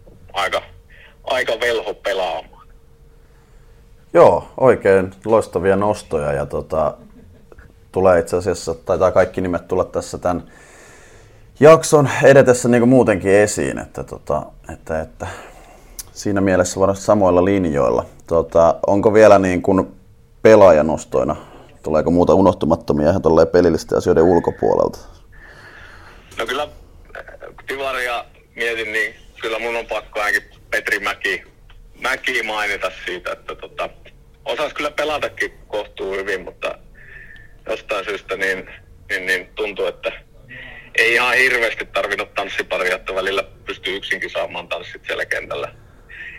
aika velho pelaamaan. Joo, oikein loistavia nostoja ja tulee itse asiassa, taitaa kaikki nimet tulla tässä tämän jakson edetessä niin kuin muutenkin esiin, että siinä mielessä varmasti samoilla linjoilla. Onko vielä niin kuin pelaajanostoina, tuleeko muuta unohtumattomia ihan tolleen pelillisten asioiden ulkopuolelta? No kyllä, kun divaria mietin, niin kyllä mun on pakko ainakin Petri Mäki mainita siitä, että osasi kyllä pelatakin kohtuu hyvin, mutta jostain syystä niin tuntuu, että ei ihan hirveästi tarvinnut tanssiparia, että välillä pystyy yksinkin saamaan tanssit siellä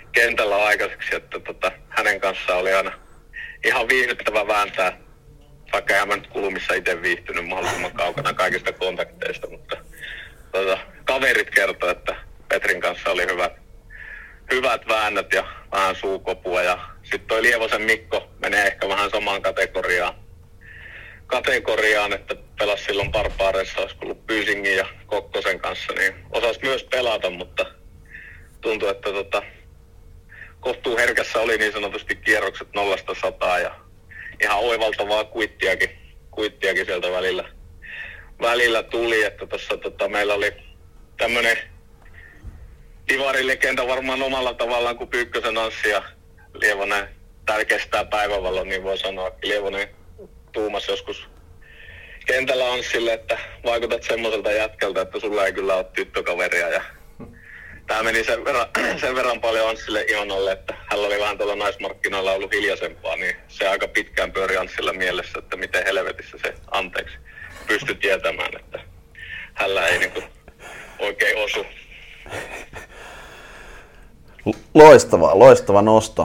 kentällä aikaiseksi, että hänen kanssaan oli aina ihan viihdyttävä vaikka eihän mä nyt kulmissa itse viihtynyt mahdollisimman kaukana kaikista kontakteista, mutta kaverit kertoi, että Petrin kanssa oli hyvät väännöt ja vähän suukopua. Ja sitten toi Lievosen Mikko menee ehkä vähän samaan kategoriaan, että pelasi silloin Barbaareissa, olisi ollut Pyysingin ja Kokkosen kanssa, niin osasi myös pelata, mutta tuntui, että kohtuu herkässä oli niin sanotusti kierrokset 0-100 ja ihan oivaltavaa kuittiakin sieltä välillä tuli, että tuossa meillä oli tämmönen divarilegenda varmaan omalla tavallaan kuin Pyykkösen Anssi ja Lievonen kestää päivänvalon, niin voi sanoa. Lievonen tuumas joskus kentällä Anssille, että vaikutat semmoiselta jätkältä, että sulla ei kyllä ole tyttökaveria. Ja tää meni sen verran paljon Anssille ihonalle, että hänellä oli vähän tuolla naismarkkinoilla ollut hiljaisempaa, niin se aika pitkään pyöri Anssilla mielessä, että miten helvetissä se anteeksi pystyi tietämään, että hänellä ei niinku oikein osu. Loistava nosto.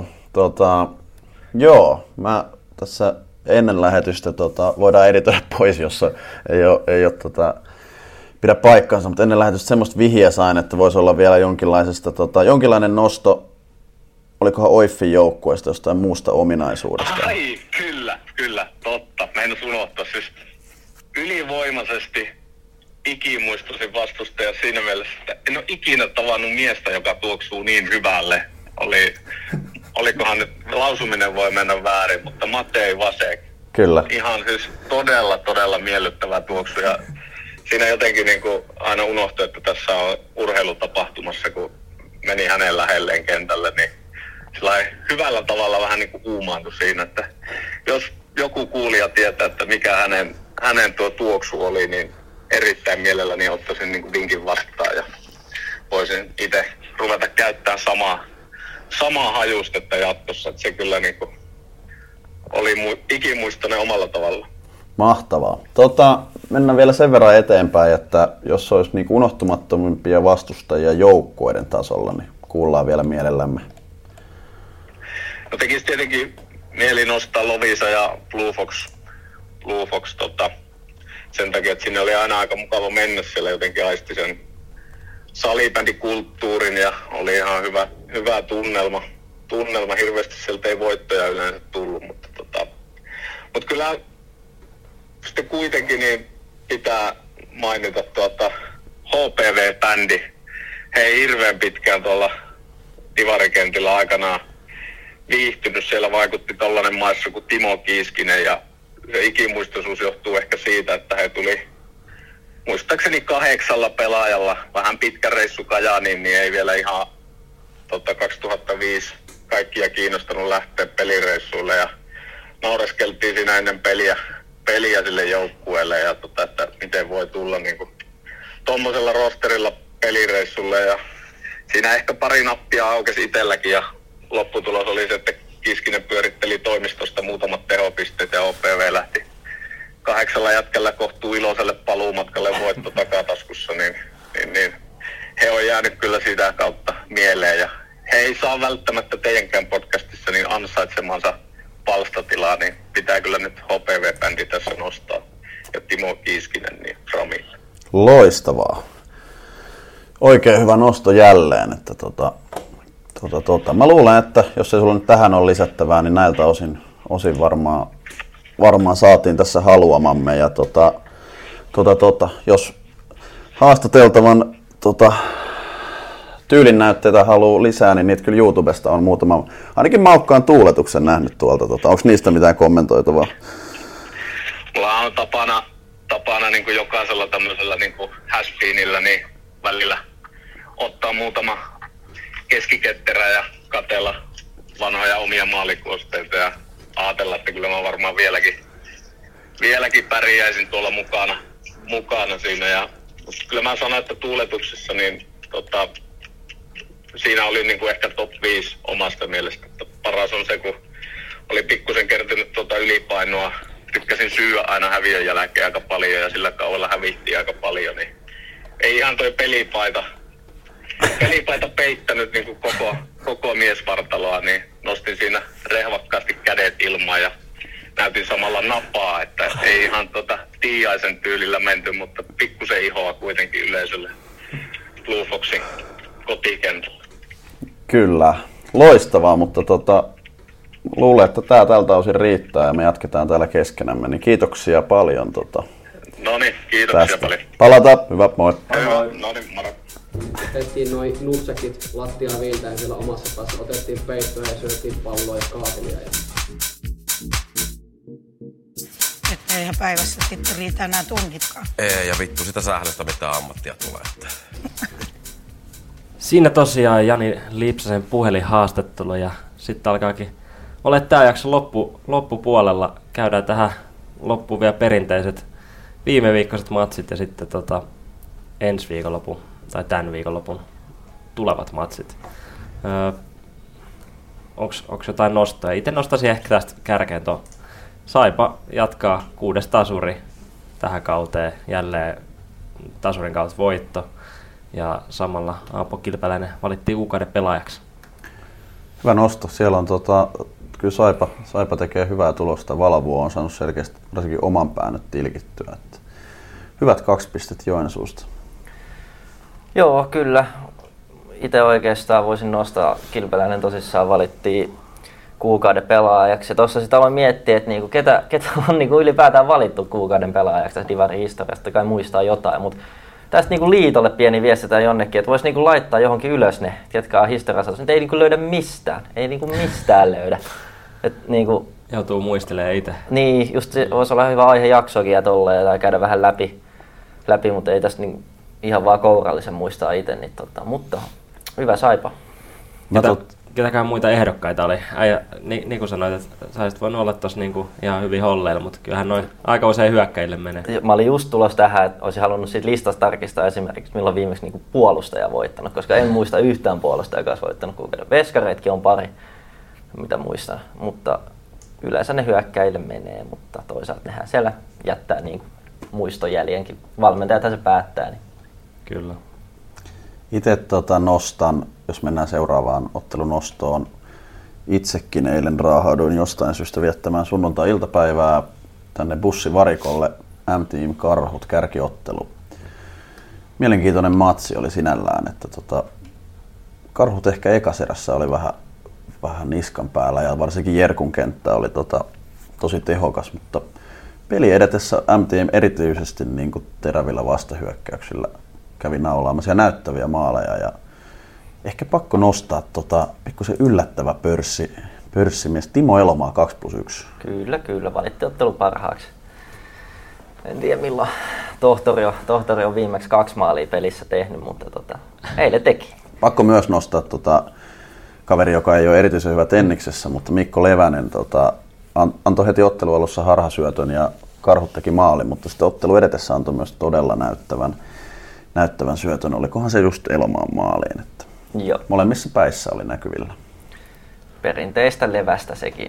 Joo, mä tässä ennen lähetystä voidaan editoida pois, jos ei ole pidä paikkaansa, mutta ennen lähetystä semmoista vihjeä sain, että voisi olla vielä jonkinlainen nosto, olikohan Oiffin joukkueesta jostain muusta ominaisuudesta? Ai, kyllä, totta. Meinasin unohtaa. Siis ylivoimaisesti ikimuistoisin vastustaja siinä mielessä, että en ole ikinä tavannut miestä, joka tuoksuu niin hyvälle. Olikohan nyt, lausuminen voi mennä väärin, mutta Matei Vasek. Kyllä. Ihan siis todella miellyttävä tuoksu. Ja siinä jotenkin niin kuin aina unohtui, että tässä on urheilutapahtumassa, kun meni hänen lähelleen kentälle, niin hyvällä tavalla vähän niin kuin uumaantui siinä, että jos joku kuulija tietää, että mikä hänen tuo tuoksu oli, niin erittäin mielelläni ottaisin niin kuin vinkin vastaan ja voisin itse ruveta käyttämään samaa hajustetta jatkossa, että se kyllä niin kuin oli ikimuistoinen omalla tavalla. Mahtavaa. Mennään vielä sen verran eteenpäin, että jos olisi niin unohtumattomimpia vastustajia joukkueiden tasolla, niin kuullaan vielä mielellämme. No tekisi tietenkin mieli nostaa Lovisa ja Blue Fox sen takia, että sinne oli aina aika mukava mennä, siellä jotenkin aisti sen salibändikulttuurin ja oli ihan hyvä tunnelma. Hirveästi sieltä ei voittoja yleensä tullut, mutta kyllä sitten kuitenkin niin pitää mainita HPV-bändi. He ei hirveän pitkään tuolla divarikentillä aikanaan viihtynyt. Siellä vaikutti tollainen maissa kuin Timo Kiiskinen ja se ikimuistoisuus johtuu ehkä siitä, että he tuli muistaakseni 8 pelaajalla, vähän pitkä reissu Kajaaniin, niin ei vielä ihan 2005 kaikkia kiinnostanut lähteä pelireissuille ja naureskeltiin siinä ennen peliä sille joukkueelle ja että miten voi tulla niinku tommosella rosterilla pelireissulle ja siinä ehkä pari nappia aukesi itselläkin ja lopputulos oli se, että Kiskinen pyöritteli toimistosta muutamat tehopisteet ja OPV lähti 8 jätkällä kohtuu iloiselle paluumatkalle voitto takataskussa, niin he on jäänyt kyllä sitä kautta mieleen ja he ei saa välttämättä teidänkään podcastissa niin ansaitsemansa palstatilaa, niin pitää kyllä nyt HPV-bändi tässä nostaa ja Timo Kiiskinen niin Framille. Loistavaa. Oikein hyvä nosto jälleen, että Mä luulen, että jos ei sulla nyt tähän ole lisättävää, niin näiltä osin varmaan saatiin tässä haluamamme. Ja jos haastateltavan tyylinnäytteitä haluaa lisää, niin niitä kyllä YouTubesta on muutama, ainakin maukkaan tuuletuksen nähnyt tuolta. Onko niistä mitään kommentoitavaa? Mulla on tapana niin kuin jokaisella tämmöisellä niin kuin hash-pinillä niin välillä ottaa muutama keskiketterä ja katsella vanhoja omia maalikuosteita ja ajatella, että kyllä mä varmaan vieläkin pärjäisin tuolla mukana siinä. Ja kyllä mä sanon, että tuuletuksessa niin siinä oli niin kuin ehkä top 5 omasta mielestä. Että paras on se, kun oli pikkusen kertynyt ylipainoa. Tykkäsin syödä aina häviön jälkeen aika paljon ja sillä kaudella hävittiin aika paljon. Niin ei ihan toi pelipaita peittänyt niin kuin koko miesvartaloa, niin nostin siinä rehvakkaasti kädet ilmaan ja näytin samalla napaa, että ei ihan Tiaisen tyylillä menty, mutta pikkusen ihoa kuitenkin yleisölle Blue Foxin kotikentällä. Kyllä, loistavaa, mutta luulen, että tämä tältä osin riittää ja me jatketaan täällä keskenämme, niin kiitoksia paljon. No niin, kiitoksia paljon. Palataan, hyvä, moi. Hyvä, no niin, moro. Otettiin noi nussekit lattiaa viiltä ja siellä omassa päässä otettiin peittoja ja syötiin palloa ja kaatulia. Että eihän päivässä sitten riitä enää tunnitkaan. Ei, ja vittu sitä sählöstä mitään ammattia tulee. Siinä tosiaan Jani Lipsasen puhelinhaastattelu ja sitten alkaakin ole tää jakso loppupuolella. Käydään tähän loppuun vielä perinteiset viime viikkoiset matsit ja sitten ensi viikonlopun tai tämän viikonlopun tulevat matsit. Onks jotain nostoja? Itse nostaisin ehkä tästä kärkeen tuon. Saipa jatkaa 6. tasuri tähän kauteen. Jälleen tasurin kautta voitto. Ja samalla Aapo Kilpeläinen valittiin kuukauden pelaajaksi. Hyvä nosto. Siellä on kyllä Saipa tekee hyvää tulosta. Valvo on saanut selkeästi varsinkin oman pään nyt tilkittyä. Että hyvät 2 pistet Joensuusta. Joo, kyllä. Itse oikeastaan voisin nostaa, Kilpeläinen tosissaan valittiin kuukauden pelaajaksi. Ja tuossa sitten aloin miettiä, että niinku, ketä on niinku ylipäätään valittu kuukauden pelaajaksi tässä Divarin historiasta, kai muistaa jotain. Mutta tästä niinku liitolle pieni viestitään jonnekin, että voisi niinku laittaa johonkin ylös ne, ketkä on historiassa. Nyt ei niinku löydä mistään. Ei niinku mistään löydä. Et niinku, joutuu muistelemaan itse. Niin, just se voisi olla hyvä aihe jaksoakin ja tolleen, tai käydä vähän läpi mutta ei tästä niinku ihan vaan kourallisen muistaa itse. Niin mutta hyvä Saipa. Ketäkään muita ehdokkaita oli? Niin kuin sanoit, että sä olisit voinut olla tossa niinku ihan hyvin holleilla, mutta kyllähän noin aika usein hyökkäille menee. Mä olin just tulossa tähän, että olisin halunnut siitä listasta tarkistaa esimerkiksi, milloin viimeksi niinku puolustaja voittanut, koska en muista yhtään puolustajaa, joka olisi voittanut kuukauden. Veskareitkin on pari, mitä muistan, mutta yleensä ne hyökkäille menee, mutta toisaalta nehän siellä jättää niinku muistojäljenkin. Valmentajathan se päättää. Niin. Kyllä. Itse nostan, jos mennään seuraavaan ottelunostoon. Itsekin eilen raahauduin jostain syystä viettämään sunnuntai-iltapäivää tänne bussivarikolle M-Team Karhut kärkiottelu. Mielenkiintoinen matsi oli sinällään, että Karhut ehkä ekaserässä oli vähän niskan päällä ja varsinkin Jerkun kenttä oli tosi tehokas, mutta peli edetessä M-Team erityisesti niin kuin terävillä vastahyökkäyksillä kävi naulaamassa näyttäviä maaleja ja ehkä pakko nostaa pikkusen yllättävä pörssimies Timo Elomaa 2+1. Kyllä, valittiin ottelu parhaaksi. En tiedä milloin tohtori on viimeksi 2 maalia pelissä tehnyt, mutta eilen teki. Pakko myös nostaa kaveri, joka ei ole erityisen hyvä tenniksessä, mutta Mikko Levänen antoi heti ottelun alussa harhasyötön ja Karhut teki maalin, mutta sitten ottelu edetessä antoi myös todella näyttävän syötön. Olikohan se just Elomaan maaliin? Että joo. Molemmissa päissä oli näkyvillä. Perinteistä levästä sekin.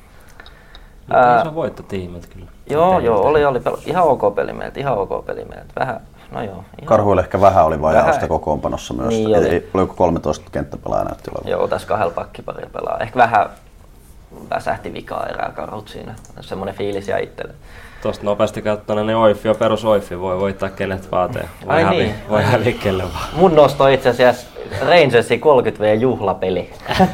Se on voittotiimiltä kyllä. Joo, oli ihan ok peli meiltä. Vähän, no joo. Karhuille ehkä vähän oli vajausta kokoonpanossa myös. Niin oliko 13 kenttäpelaaja näytti olevan? Joo, tässä 2 pakkiparia pelaa. Ehkä vähän väsähti vikaa erää Karhut siinä. Semmoinen fiilis jäi itselle. Tuosta nopeasti katsoen niin Oiffi on perus Oiffi, voi voittaa kenet vaateen. Voi häviä kelle vaan. Mun nosto itse asiassa Rangersin 30V juhlapeli.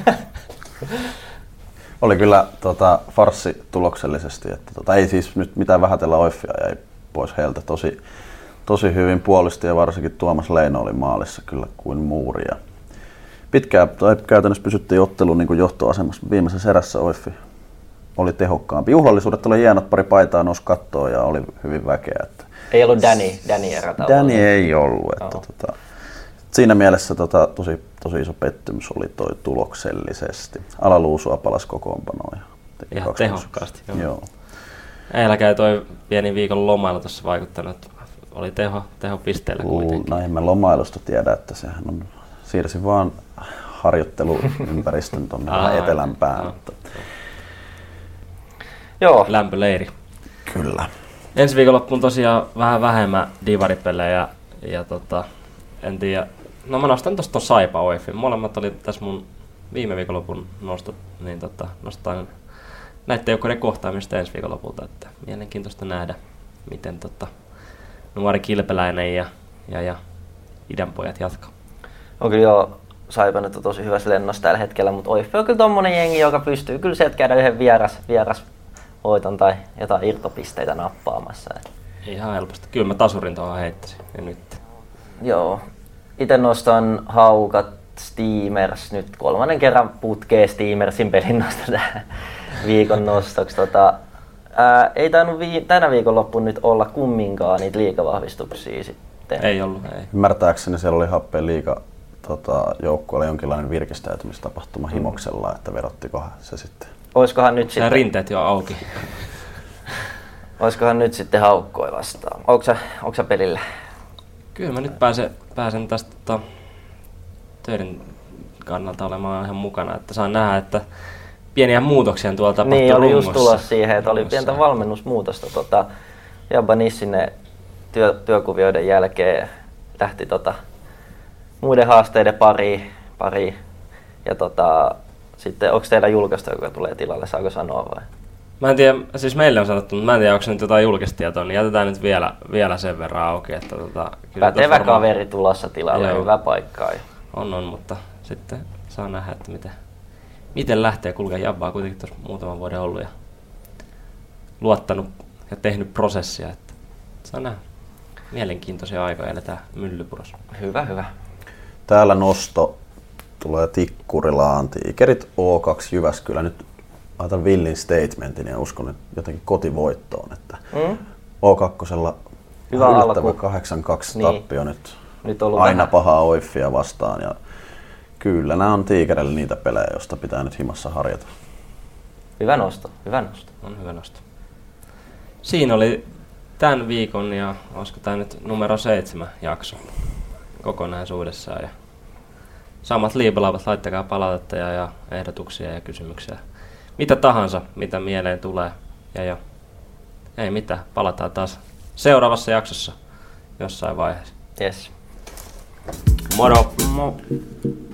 Oli kyllä farssi tuloksellisesti, että ei siis nyt mitään vähätellä Oiffia jäi pois heiltä. Tosi hyvin puolusti ja varsinkin Tuomas Leino oli maalissa kyllä kuin muuri. Ja pitkään käytännössä pysyttiin ottelun niin kuin johtoasemassa. Viimeisessä erässä Oiffi oli tehokkaampi. Juhlallisuudet oli hienot, pari paitaa nousi kattoon ja oli hyvin väkeä. Että ei ollut Danny erätauolla. Danny ei ollut. Että siinä mielessä tosi iso pettymys oli toi tuloksellisesti. Alaluusua palasi kokoonpanoon. Ihan tehokkaasti. Joo. Eilen käy toi pieni viikon lomailu tuossa vaikuttanut, että oli teho pisteellä kuitenkin. No en mä lomailusta tiedä, että sehän on, siirsin vaan harjoitteluympäristön tuonne etelämpään. Joo. Lämpöleiri. Kyllä. Ensi viikonloppuun tosiaan vähän vähemmän divaripelejä ja en tiedä. No mä nostan tosta Saipa Oifin. Molemmat oli tässä mun viime viikonlopun nostot, niin nostan näiden joukkojen kohtaamista ensi viikon lopulta, että mielenkiintoista nähdä, miten nuori Kilpeläinen ja idänpojat jatkaa. On kyllä joo, Saipa nyt on tosi hyvässä lennossa tällä hetkellä, mutta OIF on kyllä tommonen jengi, joka pystyy kyllä sieltä käydä yhden vierasvoiton tai jotain irtopisteitä nappaamassa. Ihan helposti. Kyllä mä tasurin tuohon heittäisin ja nyt. Joo. Itse nostan Haukat Steamers nyt 3. kerran putkeen Steamersin pelin nosta viikon nostoksi. Ei tainnut tänä viikonloppuun nyt olla kumminkaan niitä liigavahvistuksia sitten. Ei ollut, ei. Ymmärtääkseni siellä oli Happeen liiga joukkueella jonkinlainen virkistäytymistapahtuma Himoksella, että vedottikohan se sitten. Oiskohan nyt sitten rinteet jo auki. Oiskohan nyt sitten Haukkoja vastaan? Onko sä pelillä? Kyllä mä nyt pääsen tästä töiden kannalta olemaan ihan mukana, että saan nähdä, että pieniä muutoksia tuolla tapahtuu Niin, oli rungossa. just tulla siihen, että oli pientä valmennusmuutosta. Jabanis sinne työkuvioiden jälkeen lähti muiden haasteiden pariin. Ja sitten onko teillä julkaista, joka tulee tilalle, saako sanoa vai? Mä en tiedä, siis meille on sanottu, mutta mä en tiedä, onko se nyt jotain julkista tietoa, niin jätetään nyt vielä sen verran auki. Että pätevä kaveri tulossa tilalle, joo. Hyvä paikka. On, mutta sitten saa nähdä, että miten lähtee kulkea Jabbaa kuitenkin tuossa muutaman vuoden ollut ja luottanut ja tehnyt prosessia. Että saa nähdä. Mielenkiintoisia aikoja eletään Myllypurossa. Hyvä. Täällä nosto tulee Tikkurilaan. Tiikerit O2 Jyväskylä. Nyt laitan villin statementin ja uskon nyt jotenkin kotivoittoon. Että O2 yllättävä 8-2 tappio nyt aina vähän pahaa OIFia vastaan. Ja kyllä nämä on Tiikereille niitä pelejä, joista pitää nyt himassa harjata. Hyvä nosto. On hyvä nosto. Siinä oli tämän viikon ja olisiko tämä nyt numero 7 jakso kokonaisuudessaan. Ja samat liipalauvat, laittakaa palautetta ja ehdotuksia ja kysymyksiä. Mitä tahansa, mitä mieleen tulee. Ja ei mitään, palataan taas seuraavassa jaksossa jossain vaiheessa. Yes. Moro!